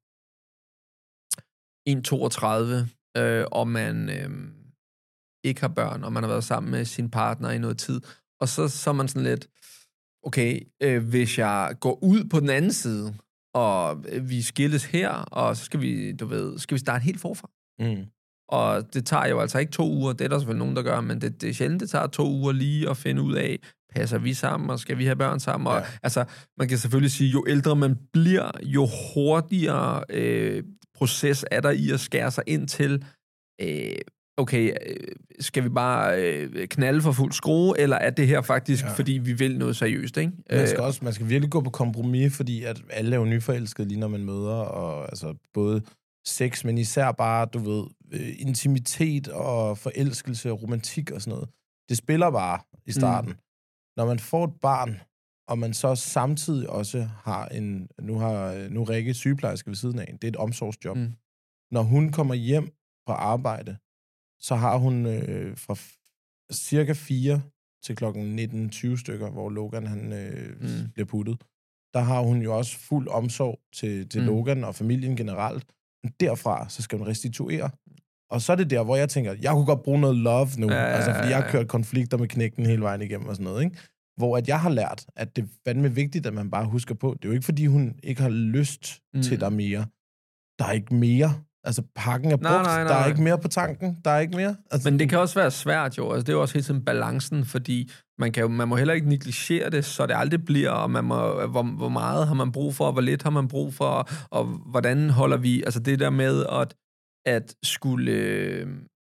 en komma toogtredive, øh, og man øh, ikke har børn, og man har været sammen med sin partner i noget tid, og så, så er man sådan lidt, okay, øh, hvis jeg går ud på den anden side, og vi skilles her, og så skal vi, du ved, skal vi starte helt forfra. Mm. Og det tager jo altså ikke to uger, det er der selvfølgelig nogen, der gør, men det, det er sjældent, det tager to uger lige at finde ud af, passer vi sammen, og skal vi have børn sammen? Og, Ja. altså, man kan selvfølgelig sige, jo ældre man bliver, jo hurtigere øh, proces er der i at skære sig ind til, øh, okay, øh, skal vi bare øh, knalde for fuld skrue, eller er det her faktisk, Ja. ja. fordi vi vil noget seriøst, ikke? Man skal, også, man skal virkelig gå på kompromis, fordi at alle er jo nyforelskede, lige når man møder, og altså både sex, men især bare, du ved, øh, intimitet og forelskelse og romantik og sådan noget. Det spiller bare i starten. Mm. Når man får et barn, og man så samtidig også har en, nu har nu er Rikke sygeplejerske ved siden af, det er et omsorgsjob. Mm. Når hun kommer hjem fra arbejde, så har hun øh, fra f- cirka fire til klokken nitten tyve stykker, hvor Logan han øh, Mm. bliver puttet, der har hun jo også fuld omsorg til, til Mm. Logan og familien generelt. Men derfra, så skal hun restituere. Og så er det der, hvor jeg tænker, jeg kunne godt bruge noget love nu, Ja, ja, altså fordi jeg har ja. kørt konflikter med knægten hele vejen igennem og sådan noget, ikke? Hvor at jeg har lært, at det er fandme vigtigt, at man bare husker på, det er jo ikke fordi, hun ikke har lyst Mm. til dig mere. Der er ikke mere. Altså, pakken er brugt. Nej, nej, nej, der er nej. ikke mere på tanken. Der er ikke mere. Altså, Men det kan også være svært jo, altså det er jo også hele tiden balancen, fordi man, kan jo, man må heller ikke negligere det, så det aldrig bliver, og man må, hvor, hvor meget har man brug for, og hvor lidt har man brug for, og, og hvordan holder vi, altså det der med at, at skulle øh,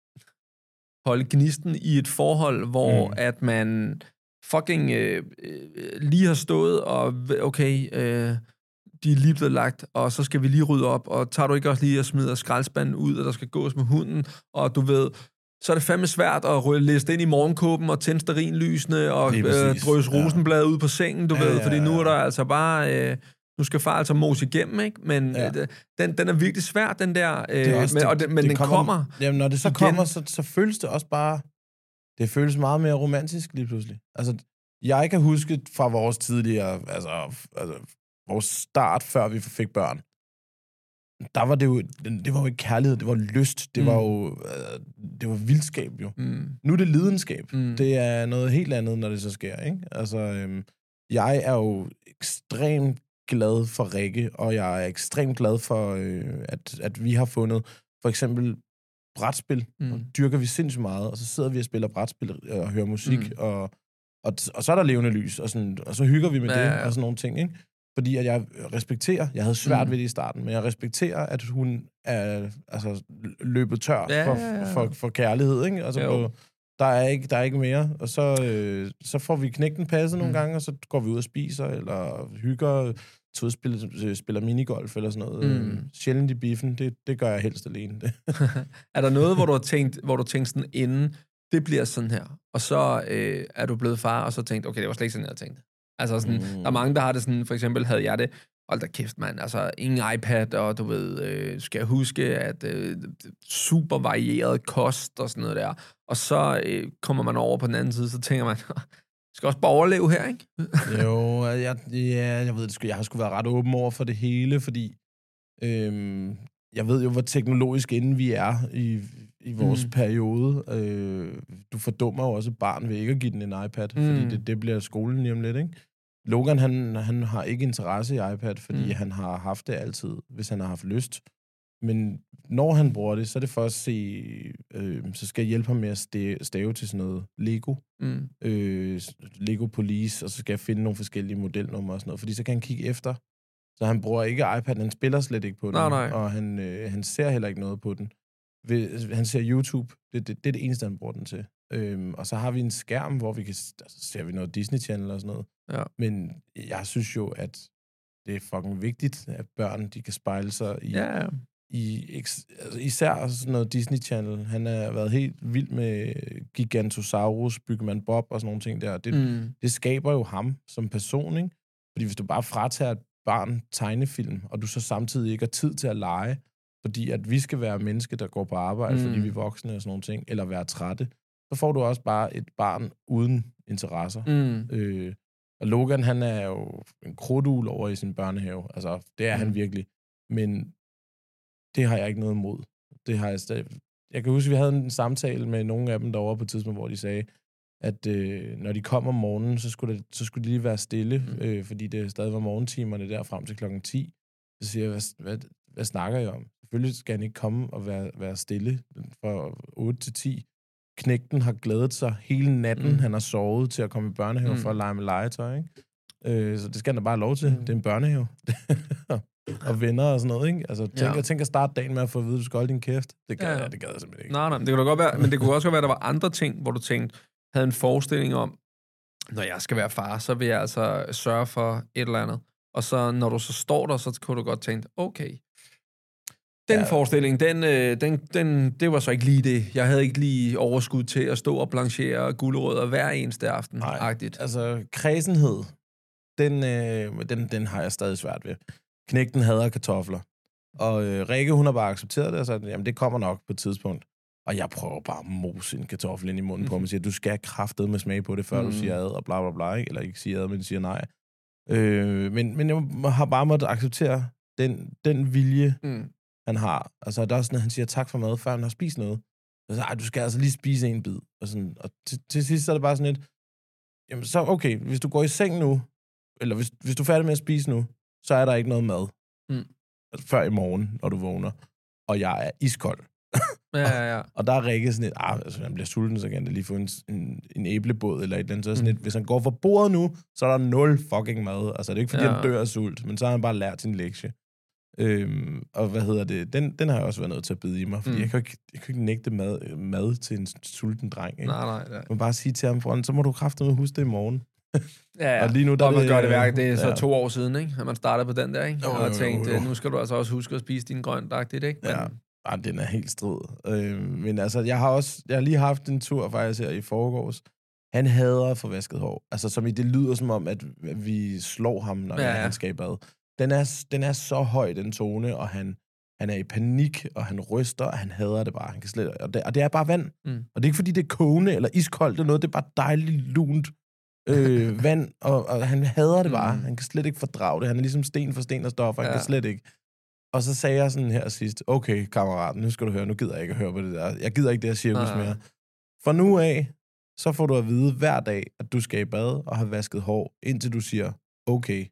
holde gnisten i et forhold, hvor Mm. mm. at man fucking øh, øh, lige har stået, og okay, øh, de er lige blevet lagt, og så skal vi lige rydde op, og tager du ikke også lige og smider skraldespanden ud, og der skal gås med hunden, og du ved, så er det fandme svært at rø- læse ind i morgenkåben og tænde stearinlysene og Lige øh, præcis. drøse Ja. rosenblade ud på sengen, du Ja, ved, ja, fordi nu ja. er der altså bare... Øh, nu skal far altså mose igennem, ikke? Men Ja. øh, den, den er virkelig svær, den der... Øh, det er også, men, det, og den, men det den kommer... Jamen, når det så igen. kommer, så, så føles det også bare... Det føles meget mere romantisk lige pludselig. Altså, jeg kan huske fra vores tidligere... Altså, altså vores start, før vi fik børn. Der var det jo... Det var jo ikke kærlighed, det var lyst. Det Mm. var jo... Øh, det var vildskab jo. Mm, Nu er det lidenskab. mm, Det er noget helt andet, når det så sker, ikke? Altså, øhm, jeg er jo ekstremt glad for Rikke, og jeg er ekstremt glad for, øh, at, at vi har fundet for eksempel brætspil, Mm. og dyrker vi sindssygt meget, og så sidder vi og spiller brætspil og hører musik, Mm. og, og, og så er der levende lys, og, sådan, og så hygger vi med Ja, det, ja, ja. og sådan nogle ting, ikke? Fordi at jeg respekterer, jeg havde svært Mm. ved det i starten, men jeg respekterer, at hun er altså, løbet tør Ja, for, ja, ja. for, for kærlighed, ikke? Altså, Jo. på, der, er ikke, der er ikke mere, og så, øh, så får vi knægten passet nogle Mm. gange, og så går vi ud og spiser, eller hygger, til at spille, spiller minigolf eller sådan noget. Mm. Øh, Sjældent i biffen, det, det gør jeg helst alene. Det. Er der noget, hvor du har tænkt, hvor du tænkt sådan inden, det bliver sådan her, og så øh, er du blevet far, og så tænkt, okay, det var slet ikke sådan, jeg havde tænkt. Altså sådan, Mm. der er mange, der har det sådan, for eksempel havde jeg det, hold da kæft, mand, altså ingen iPad, og du ved, øh, skal jeg huske, at øh, super varieret kost og sådan noget der, og så øh, kommer man over på den anden side, så tænker man, skal også bare overleve her, ikke? Jo, jeg, ja, jeg ved det sgu. Jeg har sgu været ret åben over for det hele, fordi øhm, jeg ved jo, hvor teknologisk inde vi er i, i vores Mm. periode. Øh, du fordummer jo også et barn ved ikke at give den en iPad, mm. fordi det, det bliver skolen lige om lidt, ikke? Logan, han, han har ikke interesse i iPad, fordi mm. han har haft det altid, hvis han har haft lyst. Men når han bruger det, så er det for at se, øh, så skal jeg hjælpe ham med at stave, stave til sådan noget Lego. Mm. Øh, Lego Police, og så skal jeg finde nogle forskellige modelnumre og sådan noget, fordi så kan han kigge efter. Så han bruger ikke iPad, han spiller slet ikke på den, nej, nej. og han, øh, han ser heller ikke noget på den. Ved, han ser YouTube, det, det, det er det eneste, han bruger den til. Øhm, og så har vi en skærm, hvor vi kan, altså, ser vi noget Disney Channel og sådan noget. Ja. Men jeg synes jo, at det er fucking vigtigt, at børn, de kan spejle sig i, ja, ja. i altså, især sådan noget Disney Channel. Han har været helt vild med Gigantosaurus, Byggemand Bob og sådan nogle ting der. Det, mm. det skaber jo ham som person, ikke? Fordi hvis du bare fratager et barn tegnefilm, og du så samtidig ikke har tid til at lege, fordi at vi skal være mennesker, der går på arbejde, mm. fordi vi er voksne og sådan nogle ting, eller være trætte, så får du også bare et barn uden interesser. Mm. Øh, og Logan, han er jo en krudtul over i sin børnehave. Altså, det er mm. han virkelig. Men det har jeg ikke noget imod. Det har jeg stadig... Jeg kan huske, at vi havde en samtale med nogle af dem derovre på et tidspunkt, hvor de sagde, at øh, når de kom om morgenen, så skulle, det, så skulle de lige være stille, mm. øh, fordi det stadig var morgentimerne der frem til klokken ti. Så siger jeg, hvad, hvad, hvad snakker I om? Selvfølgelig skal han ikke komme og være, være stille fra otte til ti. Knægten har glædet sig hele natten. Mm. Han har sovet til at komme i børnehave mm. for at lege med legetøj, ikke? Øh, så det skal han da bare have lov til. Mm. Det er en børnehave. og venner og sådan noget, ikke? Altså, tænk, ja. tænk at starte dagen med at få at vide, at du skal holde din kæft. Det gad, ja. det gad jeg simpelthen ikke. Nej, nej, det kunne da godt være, men det kunne også godt være, at der var andre ting, hvor du tænkte, havde en forestilling om, når jeg skal være far, så vil jeg altså sørge for et eller andet. Og så, når du så står der, så kunne du godt tænke, okay, den ja. forestilling, den, den, den, det var så ikke lige det. Jeg havde ikke lige overskud til at stå og blanchere gulerødder hver eneste aften. Nej, altså kredsenhed, den, øh, den, den har jeg stadig svært ved. Knægten hader kartofler. Og øh, Rikke, hun har bare accepteret det, og sagt, jamen det kommer nok på et tidspunkt. Og jeg prøver bare at mose en kartoffel ind i munden mm. på ham og siger, du skal have kraftet med smag på det, før mm. du siger ad, og bla bla bla, ikke? Eller ikke siger ad, men siger nej. Øh, men, men jeg har bare måttet acceptere den, den vilje, mm. han har. Altså, der er sådan, at han siger tak for mad, før han har spist noget. Og så, du skal altså lige spise en bid. Og, sådan, og til, til sidst så er det bare sådan et, jamen så okay, hvis du går i seng nu, eller hvis, hvis du er færdig med at spise nu, så er der ikke noget mad. Mm. Altså, før i morgen, når du vågner. Og jeg er iskold. Ja, ja, ja. Og der er Rikke sådan et, ah, altså, han bliver sulten, så kan han lige få en, en, en æblebåd eller et eller andet. Så sådan et, mm. hvis han går for bordet nu, så er der nul fucking mad. Altså, det er ikke, fordi ja. han dør af sult, men så har han bare lært sin lektie. Øhm, og hvad hedder det? Den, den har jeg også været nødt til at bide i mig, fordi mm. jeg, kan ikke, jeg kan ikke nægte mad, mad til en sulten dreng. Ikke? Nej, nej, nej. Man bare sige til ham foran, så må du kraftedeme huske det i morgen. Ja, ja. Og lige nu, der og man det, gør det værk. Det er så ja. to år siden, ikke? At man startede på den der, ikke? Jo, og jeg tænkte, jo, jo. nu skal du altså også huske at spise din grønt-agtigt, ikke? Men... Ja. Ja, den er helt strid. Øh, men altså, jeg har også, jeg har lige haft en tur faktisk her i forgårs. Han hader for vasket hår. Altså, som i det lyder som om, at vi slår ham, når ja, ja. han skal i bad. Den er, den er så høj, den tone, og han, han er i panik, og han ryster, og han hader det bare. Han kan slet, og, det, og det er bare vand. Mm. Og det er ikke, fordi det er kogende eller iskoldt eller noget. Det er bare dejligt lunt øh, vand, og, og han hader det bare. Mm. Han kan slet ikke fordrage det. Han er ligesom sten for sten og stoffer. Han ja. kan slet ikke. Og så sagde jeg sådan her sidst, okay, kammeraten, nu skal du høre, nu gider jeg ikke at høre på det der. Jeg gider ikke det her cirkus mere. For nu af, så får du at vide hver dag, at du skal i bad og have vasket hår, indtil du siger, okay,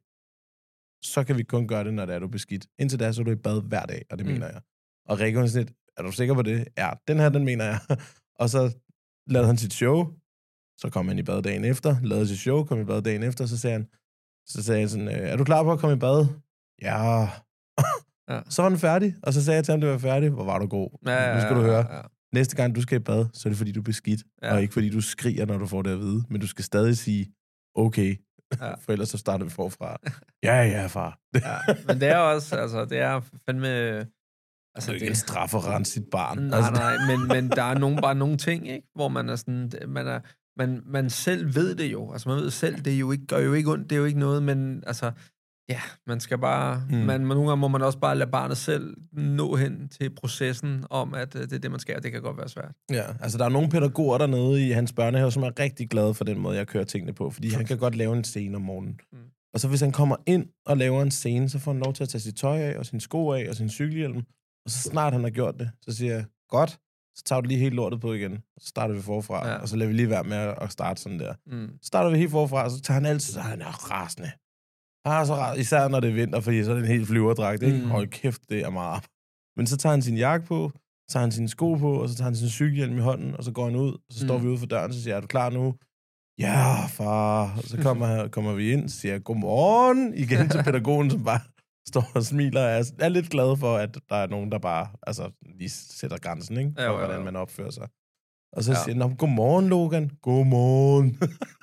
så kan vi kun gøre det, når det er, du er beskidt. Indtil da, så er du i bad hver dag, og det mm. mener jeg. Og Rikke, sådan lidt, er du sikker på det? Ja, den her, den mener jeg. Og så lavede han sit show, så kom han i bad dagen efter, lavede sit show, kom i bad dagen efter, så sagde han, så sagde han sådan, er du klar på at komme i bad? Ja. Ja. Så var den færdig, og så sagde jeg til ham, at det var færdig. Hvor var du god. Ja, ja, nu skal du høre. Ja, ja. Næste gang, du skal i bad, så er det, fordi du er beskidt. Ja. Og ikke, fordi du skriger, når du får det at vide. Men du skal stadig sige, okay. Ja. For ellers så starter vi forfra. Ja, ja, far. Ja, men det er også, altså, det er fandme... Altså, det er jo ikke en straf at rense sit barn. Nej, altså, nej, men, men der er nogen, bare nogle ting, ikke? Hvor man er sådan... Man, er, man, man selv ved det jo. Altså, man ved selv, det er jo ikke, gør jo ikke ondt. Det er jo ikke noget, men altså... Ja, man skal bare... Mm. Man, nogle gange må man også bare lade barnet selv nå hen til processen om, at det er det, man skal, og det kan godt være svært. Ja, altså der er nogle pædagoger dernede i hans børnehave, som er rigtig glade for den måde, jeg kører tingene på, fordi han kan godt lave en scene om morgenen. Mm. Og så hvis han kommer ind og laver en scene, så får han lov til at tage sit tøj af, og sin sko af, og sin cykelhjelm, og så snart han har gjort det, så siger jeg, godt, så tager du lige helt lortet på igen, så starter vi forfra, ja. Og så lader vi lige være med at starte sådan der. Mm. Så starter vi helt forfra, og så tager han altid, så han er rasende. Han er så rasende, især når det er vinter, fordi så er det en helt flyverdragt, ikke? Mm. Hold kæft, det er meget. Men så tager han sin jakke på, så tager han sine sko på, og så tager han sin cykelhjelm i hånden, og så går han ud, og så står mm. vi ude for døren, og så siger jeg, er du klar nu? Ja, far. Og så kommer, kommer vi ind, og siger godmorgen igen til pædagogen, som bare står og smiler. Jeg er lidt glad for, at der er nogen, der bare altså, lige sætter grænsen, ikke? For, ja, ja, ja. Hvordan man opfører sig. Og så ja. siger han, godmorgen, Logan. Godmorgen.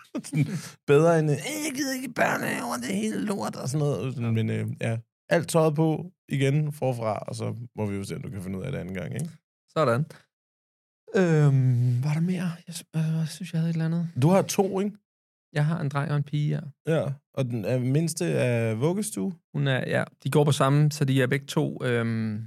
Bedre end, jeg gider ikke børnehaver, det er helt lort, og sådan noget. Men øh, ja, alt tøjet på igen forfra, og så må vi jo se, om du kan finde ud af det anden gang, ikke? Sådan. Øhm, var der mere? Jeg, jeg synes, jeg havde et eller andet. Du har to, ikke? Jeg har en dreng og en pige, ja. Ja, og den er mindste er vuggestue? Hun er, ja. De går på samme, så de er begge to øhm,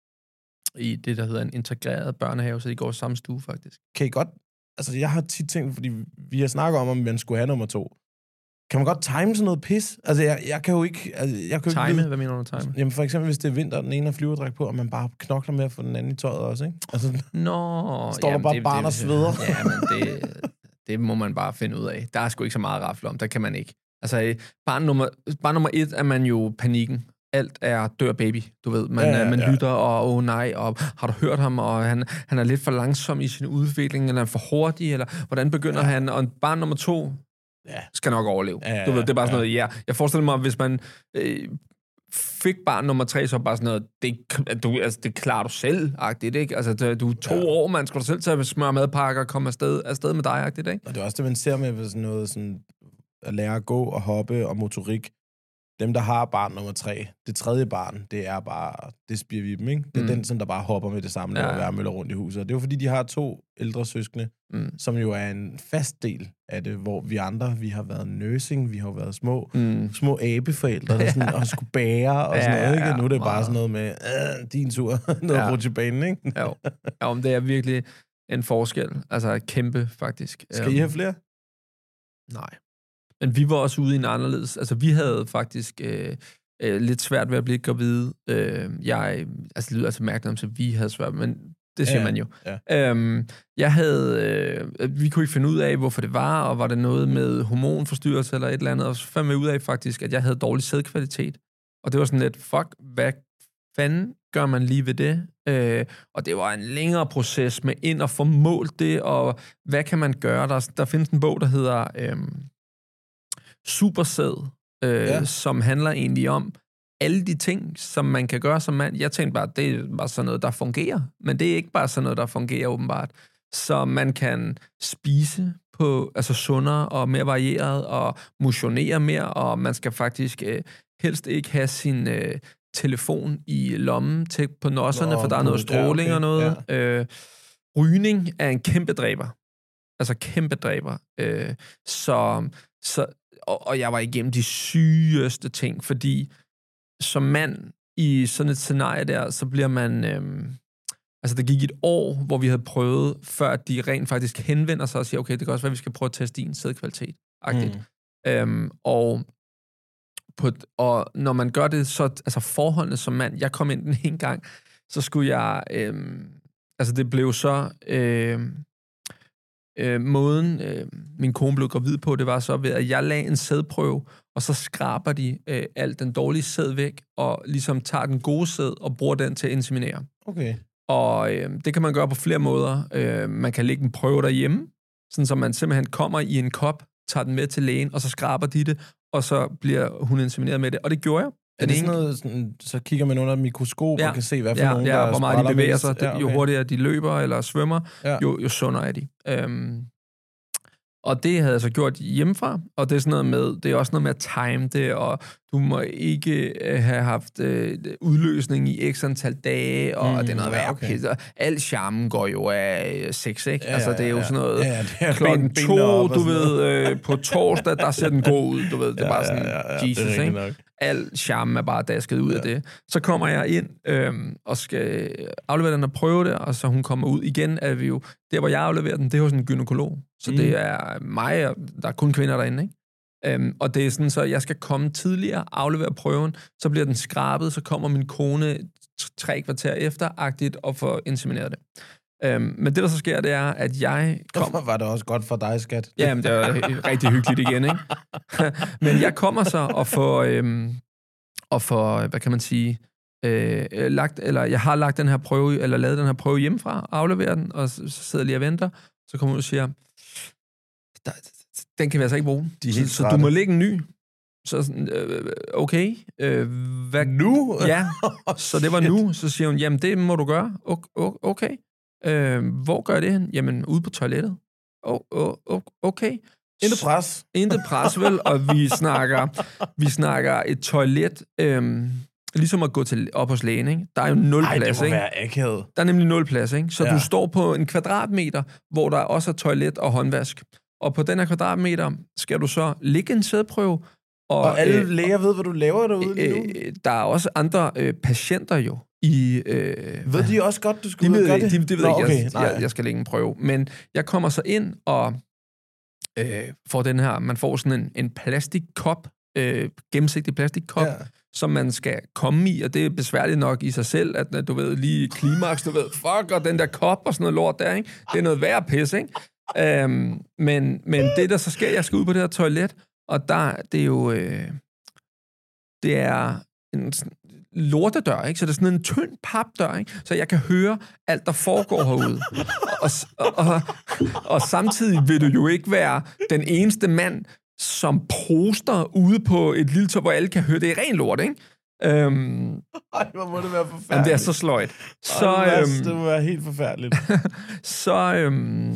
i det, der hedder en integreret børnehave, så de går i samme stue, faktisk. Kan I godt... Altså, jeg har tit tænkt, fordi vi har snakket om, om man skulle have nummer to. Kan man godt time sådan noget pis? Altså, jeg, jeg kan jo ikke... Altså, jeg kan jo time? Ikke, Hvad mener du time? Jamen, for eksempel, hvis det er vinter, den ene har flyverdræk på, og man bare knokler med at få den anden i tøjet også, ikke? Altså, Nå... står jamen, der bare det, barn og sveder. Ja, men det, det må man bare finde ud af. Der er sgu ikke så meget rafle om. Der kan man ikke. Altså, barn nummer, barn nummer et er man jo panikken. Alt er dør baby, du ved. Man, ja, ja, man ja. lytter, og åh oh, nej, og har du hørt ham, og han, han er lidt for langsom i sin udvikling, eller er for hurtig, eller hvordan begynder ja. han? Og barn nummer to ja. skal nok overleve. Ja, ja, du ved, det er bare sådan ja. noget, ja. Jeg forestiller mig, hvis man øh, fik barn nummer tre, så bare sådan noget, det, du, altså, det klarer du selv-agtigt, ikke? Altså, du er to ja. år, man skal du selv tage smøre madpakker og komme afsted, afsted med dig-agtigt, ikke? Og det er også det, man ser med sådan noget, sådan, at lære at gå og hoppe og motorik. Dem, der har barn nummer tre, det tredje barn, det er bare, det spirer vi dem, ikke? Det er mm. den, som der bare hopper med det samme, når ja. der møller rundt i huset. Og det er jo fordi, de har to ældre søskende, mm. som jo er en fast del af det, hvor vi andre, vi har været nursing, vi har været små, mm. små abeforældre, der sådan, og skulle bære og sådan ja, noget, ikke? Ja, nu er det bare sådan noget med, øh, din tur, noget ja. rutsjebanen, ikke? Jo. jo, men det er virkelig en forskel. Altså kæmpe, faktisk. Skal I have flere? Nej. Men vi var også ude i en anderledes... Altså, vi havde faktisk øh, øh, lidt svært ved at blive gravide. Øh, jeg... Altså, det lyder altså mærkeligt, så vi havde svært, men det siger ja, man jo. Ja. Øhm, jeg havde... Øh, vi kunne ikke finde ud af, hvorfor det var, og var det noget med hormonforstyrrelse eller et eller andet, og så fandt vi ud af faktisk, at jeg havde dårlig sædkvalitet. Og det var sådan lidt, fuck, hvad fanden gør man lige ved det? Øh, og det var en længere proces med ind og få målt det, og hvad kan man gøre? Der, der findes en bog, der hedder... Øh, Supersæd, øh, ja. som handler egentlig om alle de ting, som man kan gøre som mand. Jeg tænkte bare, det er bare sådan noget, der fungerer. Men det er ikke bare sådan noget, der fungerer åbenbart. Så man kan spise på, altså sundere og mere varieret, og motionere mere, og man skal faktisk øh, helst ikke have sin øh, telefon i lommen til på nosserne, Nå, for der er noget stråling ja, okay. og noget. Ja. Øh, rygning er en kæmpe dræber. Altså kæmpe dræber. Øh, så... så Og, og jeg var igennem de sygeste ting, fordi som mand i sådan et scenarie der, så bliver man... Øhm, altså, der gik et år, hvor vi havde prøvet, før de rent faktisk henvender sig og siger, okay, det kan også være, at vi skal prøve at teste din sædkvalitet. Mm. Øhm, og, på, og når man gør det, så... Altså, forholdene som mand... Jeg kom ind den en gang, så skulle jeg... Øhm, altså, det blev så... Øhm, Øh, måden, øh, min kone blev gravid på, det var så ved, at jeg lagde en sædprøve, og så skraber de øh, alt den dårlige sæd væk, og ligesom tager den gode sæd og bruger den til at inseminere. Okay. Og øh, det kan man gøre på flere måder. Øh, man kan lægge en prøve derhjemme, sådan så man simpelthen kommer i en kop, tager den med til lægen, og så skraber de det, og så bliver hun insemineret med det. Og det gjorde jeg. Er det sådan noget, sådan, så kigger man under et mikroskop ja. og kan se, hvad for ja, nogen, ja, der hvor meget de bevæger sig. Ja, okay. Jo hurtigere de løber eller svømmer, ja. jo, jo sundere er de. Øhm, og det havde jeg så gjort hjemmefra, og det er sådan noget med, det er også noget med at time det, og du må ikke øh, have haft øh, udløsning i x antal dage, og mm, det er noget ja, okay. okay. Al charmen går jo af sex, ikke? Ja, altså, det er jo ja, sådan noget, ja, ja, klokken ben, to, du ved, øh, på torsdag, der ser den god ud, du ved, det er ja, bare sådan, ja, ja, Jesus, ikke? Nok. Al charmen er bare dasket ud ja. af det. Så kommer jeg ind øhm, og skal aflevere den og prøve det, og så hun kommer ud igen, er vi jo, der hvor jeg afleverer den, det er hos en gynekolog. Så mm. det er mig, og der er kun kvinder derinde, ikke? Øhm, og det er sådan, så jeg skal komme tidligere, aflevere prøven, så bliver den skrabet, så kommer min kone tre kvarter efter, agtigt, og får insemineret det. Øhm, men det, der så sker, det er, at jeg... Kom... Var det også godt for dig, skat? Jamen, det var rigtig hyggeligt igen, ikke? Men jeg kommer så og får, øhm, og får, hvad kan man sige, øh, lagt, eller jeg har lagt den her prøve, eller lavet den her prøve hjemmefra, afleverer den, og så sidder jeg lige og venter. Så kommer jeg ud og siger, den kan vi altså ikke bruge. Så, så du må lægge en ny. Så sådan, øh, okay. Øh, hvad? Nu? Ja, så det var nu. Så siger hun, jamen det må du gøre. Okay. Øh, hvor gør det hen? Jamen, ude på toilettet. Oh, oh, okay. Intet pres. Intet pres, vel? Og vi snakker, vi snakker et toilet, øh, ligesom at gå til op hos lægen, ikke? Der er jo nul Ej, plads, det må ikke? være akavet. Der er nemlig nul plads, ikke? Så ja. du står på en kvadratmeter, hvor der også er toilet og håndvask. Og på den her kvadratmeter skal du så ligge en sædprøve. Og, og alle øh, læger ved, hvad du laver derude lige nu? Øh, der er også andre øh, patienter jo i... Øh, ved de også godt, du skulle de ved, gøre det? De, de ved Nå, ikke, okay, jeg, jeg, jeg skal lægge en prøve. Men jeg kommer så ind og øh, får den her... Man får sådan en, en plastikkop, øh, gennemsigtig plastikkop, ja. Som man skal komme i, og det er besværligt nok i sig selv, at du ved, lige klimaks, du ved, fuck, og den der kop og sådan noget lort der, ikke? Det er noget værre pis, ikke? Øhm, men, men det, der så sker, jeg skal ud på det her toilet, og der, det er jo, øh, det er en lortedør, ikke? Så det er sådan en tynd papdør, ikke? Så jeg kan høre alt, der foregår herude. Og, og, og, og samtidig vil du jo ikke være den eneste mand, som poster ude på et lille top, hvor alle kan høre. Det er ren lort, ikke? Øhm, Ej, hvor må det være forfærdeligt. Jamen, det er så sløjt. Så, Ej, øhm, det må være helt forfærdeligt. så, øhm,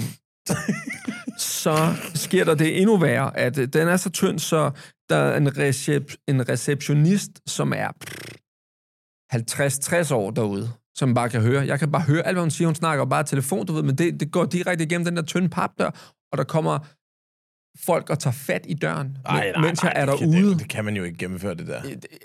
så sker der det endnu værre, at den er så tynd, så der er en, recep- en receptionist, som er halvtreds til tres år derude, som bare kan høre. Jeg kan bare høre alt, hvad hun siger. Hun snakker bare telefon, du ved, men det, det går direkte igennem den der tynde papdør, og der kommer folk og tager fat i døren, ej, nej, mens jeg nej, er det derude. Kan, det, det kan man jo ikke gennemføre, det der.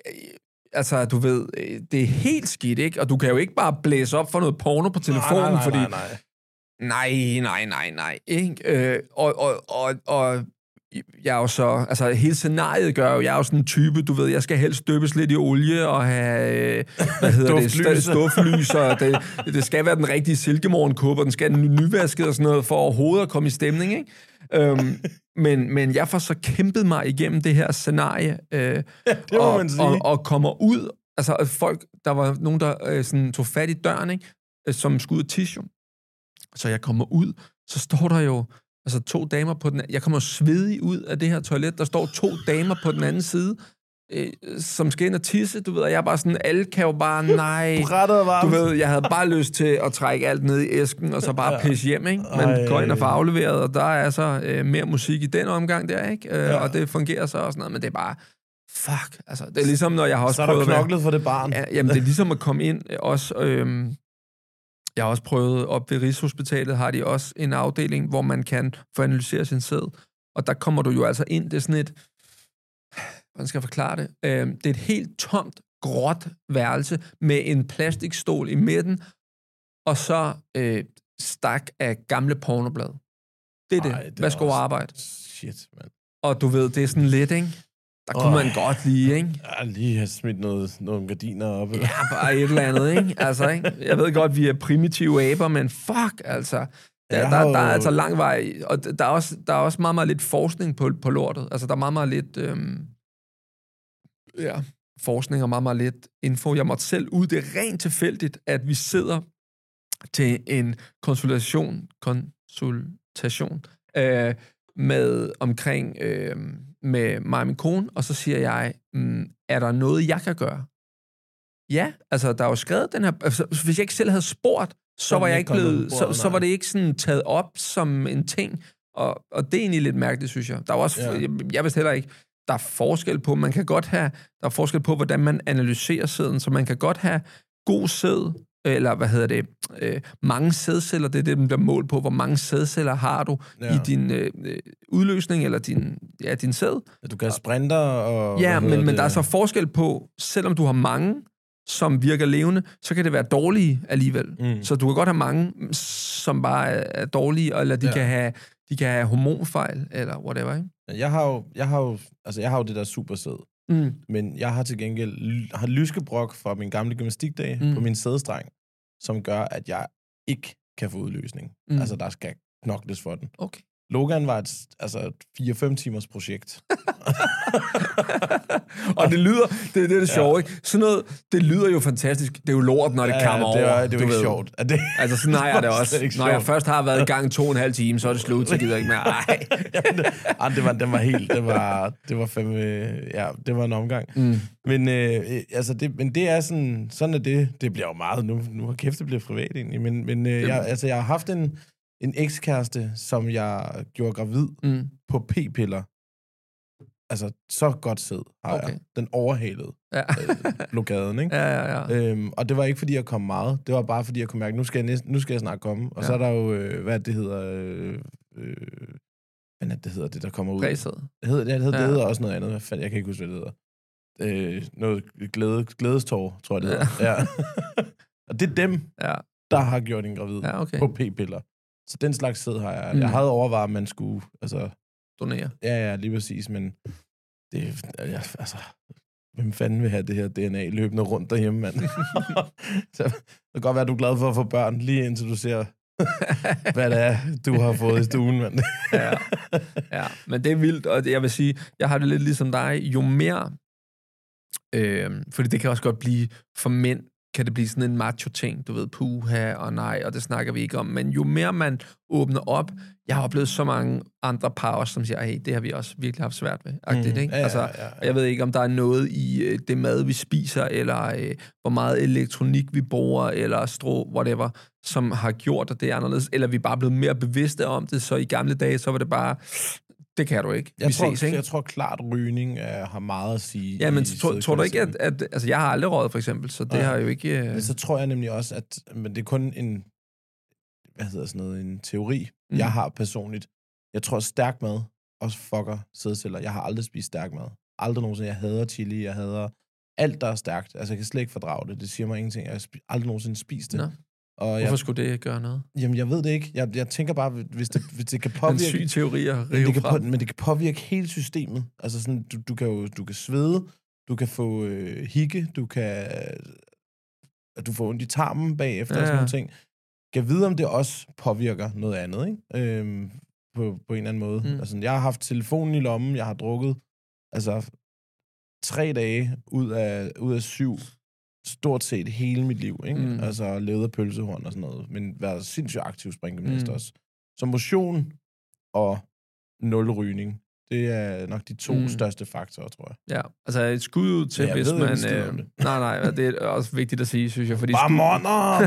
Altså, du ved, det er helt skidt, ikke? Og du kan jo ikke bare blæse op for noget porno på telefonen, nej, nej, fordi... Nej, nej, nej, nej, nej, nej, ikke? Øh, og, og, og, og jeg er jo så... Altså, hele scenariet gør jo, jeg er jo sådan en type, du ved, jeg skal helst døbes lidt i olie og have, hvad hedder det, stoflys, og det, det skal være den rigtige silkemorgenkåbe, og den skal den nyvasket og sådan noget, for overhovedet at komme i stemning, ikke? Øhm, men, men jeg får så kæmpet mig igennem det her scenarie, øh, ja, det må og, man sige. Og, og kommer ud, altså folk, der var nogen, der øh, sådan, tog fat i døren, ikke? Øh, som skulle ud af tissue. Så jeg kommer ud, så står der jo altså to damer på den, jeg kommer svedig ud af det her toilet, der står to damer på den anden side, øh, som skal ind og tisse, du ved, og jeg er bare sådan, alle kan jo bare, nej, du ved, jeg havde bare lyst til at trække alt ned i æsken, og så bare ja. pisse hjem, ikke? Men Ej. går ind og får afleveret, og der er så øh, mere musik i den omgang der, ikke? Øh, ja. Og det fungerer så og sådan noget, men det er bare, fuck, altså, det er ligesom, når jeg har også så er prøvet... Så er der knoklet for det barn. Ja, jamen, det er ligesom at komme ind også... Øh, jeg har også prøvet, op ved Rigshospitalet har de også en afdeling, hvor man kan få analyseret sin sæd. Og der kommer du jo altså ind, det er sådan et, hvordan skal jeg forklare det? Øh, det er et helt tomt, gråt værelse med en plastikstol i midten, og så øh, stak af gamle pornoblade. Det er det. Ej, det Værsgo også... arbejde. Shit, mand. Og du ved, det er sådan lidt, ikke? Der kunne oh. man godt lige, ikke? Ja, lige have smidt noget, nogle gardiner op. Eller? Ja, bare et eller andet, ikke? Altså, ikke? Jeg ved godt, vi er primitive aber, men fuck, altså. Der, der, der er altså lang vej, og der er også, der er også meget, meget lidt forskning på, på lortet. Altså, der er meget, meget lidt øhm, ja, forskning og meget, meget lidt info. Jeg måtte selv ud. Det er rent tilfældigt, at vi sidder til en konsultation, konsultation øh, med omkring... Øh, med mig og min kone, og så siger jeg, mm, er der noget, jeg kan gøre? Ja, altså, der er jo skrevet den her... Altså, hvis jeg ikke selv havde spurgt, så, så var jeg ikke blevet... Så, så var det ikke sådan taget op som en ting, og, og det er egentlig lidt mærkeligt, synes jeg. Der er også... Ja. Jeg, jeg vidste heller ikke, der er forskel på... Man kan godt have... Der er forskel på, hvordan man analyserer sæden, så man kan godt have god sæd, eller hvad hedder det, øh, mange sædceller, det er det, der bliver målt på, hvor mange sædceller har du ja. i din øh, udløsning, eller din, ja, din sæd. Du kan sprinter og... Ja, men, men der er så forskel på, selvom du har mange, som virker levende, så kan det være dårlige alligevel. Mm. Så du kan godt have mange, som bare er dårlige, eller de, ja. kan, have, de kan have hormonfejl, eller whatever, ikke? Jeg har jo, jeg har jo, altså jeg har jo det der supersæd, mm. men jeg har til gengæld har lyskebrok fra min gamle gymnastikdag mm. på min sædestreng, som gør, at jeg ikke kan få udløsning. Mm. Altså, der skal knokles for den. Okay. Logan var et altså, fire fem timers projekt. Og det lyder, det, det er det sjove, ja. ikke? Sådan noget, det lyder jo fantastisk. Det er jo lort, når det ja, kammer det er, over. Det er jo ikke ved. sjovt. Er det... Altså, sådan har jeg det også. Når jeg først har været i gang to og en halv time, så er det slut, så gider jeg ikke mere. Ej. Jamen, det, var, det var helt, det var, det var fandme, ja, det var en omgang. Mm. Men, øh, altså, det, men det er sådan, sådan er det. Det bliver jo meget, nu, nu har kæft, det bliver privat egentlig. Men, men øh, jeg, altså, jeg har haft en, en ekskæreste, som jeg gjorde gravid mm. på p-piller. Altså, så godt sæd har okay. jeg. Den overhalede ja. øh, blokaden, ikke? Ja, ja, ja. Øhm, og det var ikke, fordi jeg kom meget. Det var bare, fordi jeg kunne mærke, nu skal jeg, næsten, nu skal jeg snart komme. Og ja. så er der jo, øh, hvad det hedder... Øh, øh, hvad det hedder, det der kommer ud? Græsæd. Det hedder, ja, det hedder, ja. det hedder også noget andet. Hvad fanden, jeg kan ikke huske, hvad det hedder. Øh, noget glæde, glædestår, tror jeg, det hedder. Ja. Ja. Og det er dem, ja. der har gjort en gravid ja, okay. på p-piller. Så den slags sæd har jeg. Mm. Jeg havde overvejet, at man skulle... Altså, donere. Ja, ja, lige præcis, men det, ja, altså, hvem fanden vil have det her D N A løbende rundt derhjemme, mand? Så det kan godt være, at du er glad for at få børn, lige indtil du ser, hvad det er, du har fået i stuen, mand. ja, ja, men det er vildt, og jeg vil sige, jeg har det lidt ligesom dig, jo mere, øh, fordi det kan også godt blive for mænd, kan det blive sådan en macho-ting, du ved, puha og nej, og det snakker vi ikke om. Men jo mere man åbner op, jeg har oplevet så mange andre powers, som siger, hey, det har vi også virkelig haft svært med. Agtigt, mm, ikke? Ja, altså, ja, ja, ja. Jeg ved ikke, om der er noget i øh, det mad, vi spiser, eller øh, hvor meget elektronik vi bruger, eller strå, whatever, som har gjort, at det er anderledes, eller vi er bare blevet mere bevidste om det, så i gamle dage, så var det bare... Det kan du ikke. Jeg, vi tror, ses, ikke? jeg tror klart, rygning er, har meget at sige. Ja, men tror, tror du ikke, at, at... Altså, jeg har aldrig røget, for eksempel, så det ja. har jo ikke... Uh... Men så tror jeg nemlig også, at... Men det er kun en... Hvad hedder sådan noget? En teori, mm. jeg har personligt. Jeg tror, stærk mad også fucker sædceller. Jeg har aldrig spist stærk mad. Aldrig nogensinde. Jeg hader chili, jeg hader alt, der er stærkt. Altså, jeg kan slet ikke fordrage det. Det siger mig ingenting. Jeg har sp- aldrig nogensinde spist det. Nå. Og Hvorfor jeg, skulle det gøre noget? Jamen, jeg ved det ikke. Jeg, jeg tænker bare, hvis det, hvis det kan påvirke... En syg teori at rive det kan på, Men det kan påvirke hele systemet. Altså sådan, du, du kan jo du kan svede, du kan få øh, hikke, du kan... Du får ondt i tarmen bagefter ja, ja. og sådan nogle ting. Jeg vide, om det også påvirker noget andet, ikke? Øhm, på, på en eller anden måde. Mm. Altså, jeg har haft telefonen i lommen, jeg har drukket altså tre dage ud af, ud af syv... stort set hele mit liv, ikke? Mm. Altså levet af pølsehorn og sådan noget, men været sindssygt aktiv springgymnast mm. også. Så motion og nul rygning, det er nok de to mm. største faktorer, tror jeg. Ja, altså et skud ud til, ja, hvis man... Øh, nej, nej, det er også vigtigt at sige, synes jeg, fordi... Bare måneder!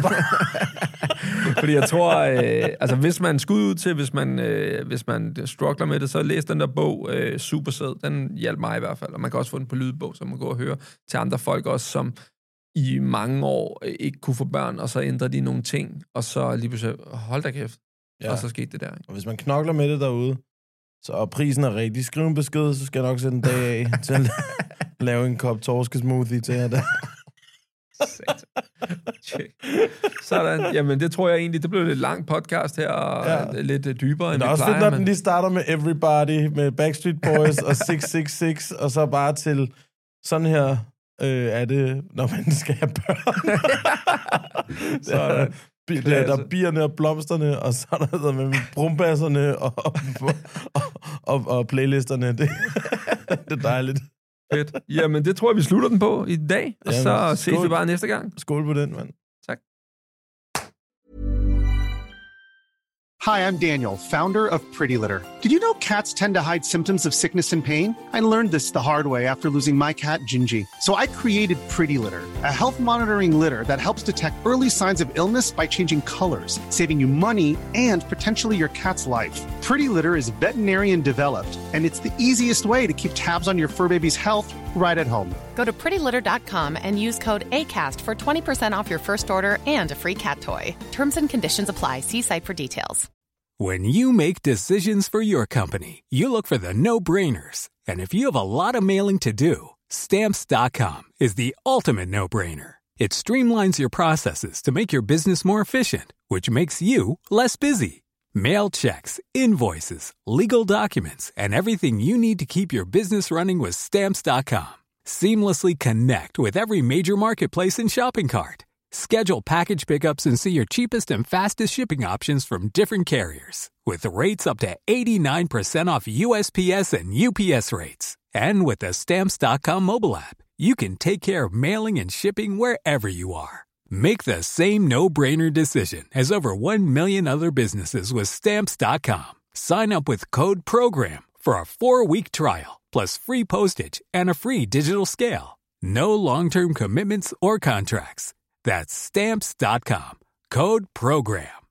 Fordi jeg tror, øh, altså hvis man skud ud til, hvis man, øh, hvis man struggler med det, så læs den der bog, øh, Supersæd, den hjalp mig i hvert fald, og man kan også få den på lydbog, så man går og høre til andre folk også, som i mange år ikke kunne få børn, og så ændrer de nogle ting, og så lige pludselig, hold da kæft, ja. Og så skete det der. Ikke? Og hvis man knokler med det derude, så og prisen er rigtig, skriv en besked, så skal jeg nok sætte en dag af til at lave en kop torskesmoothie til jer der. Sådan, jamen det tror jeg egentlig, det blev lidt lang podcast her, og ja. lidt dybere, end vi plejer. Det er også fedt, når den lige starter med Everybody, med Backstreet Boys og seks seks seks, og så bare til sådan her, øh, er det, når man skal have børn. Sådan. Der, der er bierne og blomsterne, og så er der med brumbasserne og, og, og, og, og playlisterne. Det, det er dejligt. Fedt. Jamen, det tror jeg, vi slutter den på i dag, og Jamen, så ses skål. vi bare næste gang. Skål på den, mand. Tak. Hi, I'm Daniel, founder of Pretty Litter. Did you know cats tend to hide symptoms of sickness and pain? I learned this the hard way after losing my cat, Gingy. So I created Pretty Litter, a health monitoring litter that helps detect early signs of illness by changing colors, saving you money and potentially your cat's life. Pretty Litter is veterinarian developed, and it's the easiest way to keep tabs on your fur baby's health right at home. Go to pretty litter dot com and use code ACAST for twenty percent off your first order and a free cat toy. Terms and conditions apply. See site for details. When you make decisions for your company, you look for the no-brainers. And if you have a lot of mailing to do, Stamps dot com is the ultimate no-brainer. It streamlines your processes to make your business more efficient, which makes you less busy. Mail checks, invoices, legal documents, and everything you need to keep your business running with Stamps dot com. Seamlessly connect with every major marketplace and shopping cart. Schedule package pickups and see your cheapest and fastest shipping options from different carriers, with rates up to eighty-nine percent off U S P S and U P S rates. And with the Stamps dot com mobile app, you can take care of mailing and shipping wherever you are. Make the same no-brainer decision as over one million other businesses with Stamps dot com. Sign up with code PROGRAM for a four-week trial, plus free postage and a free digital scale. No long-term commitments or contracts. That's Stamps dot com. Code PROGRAM.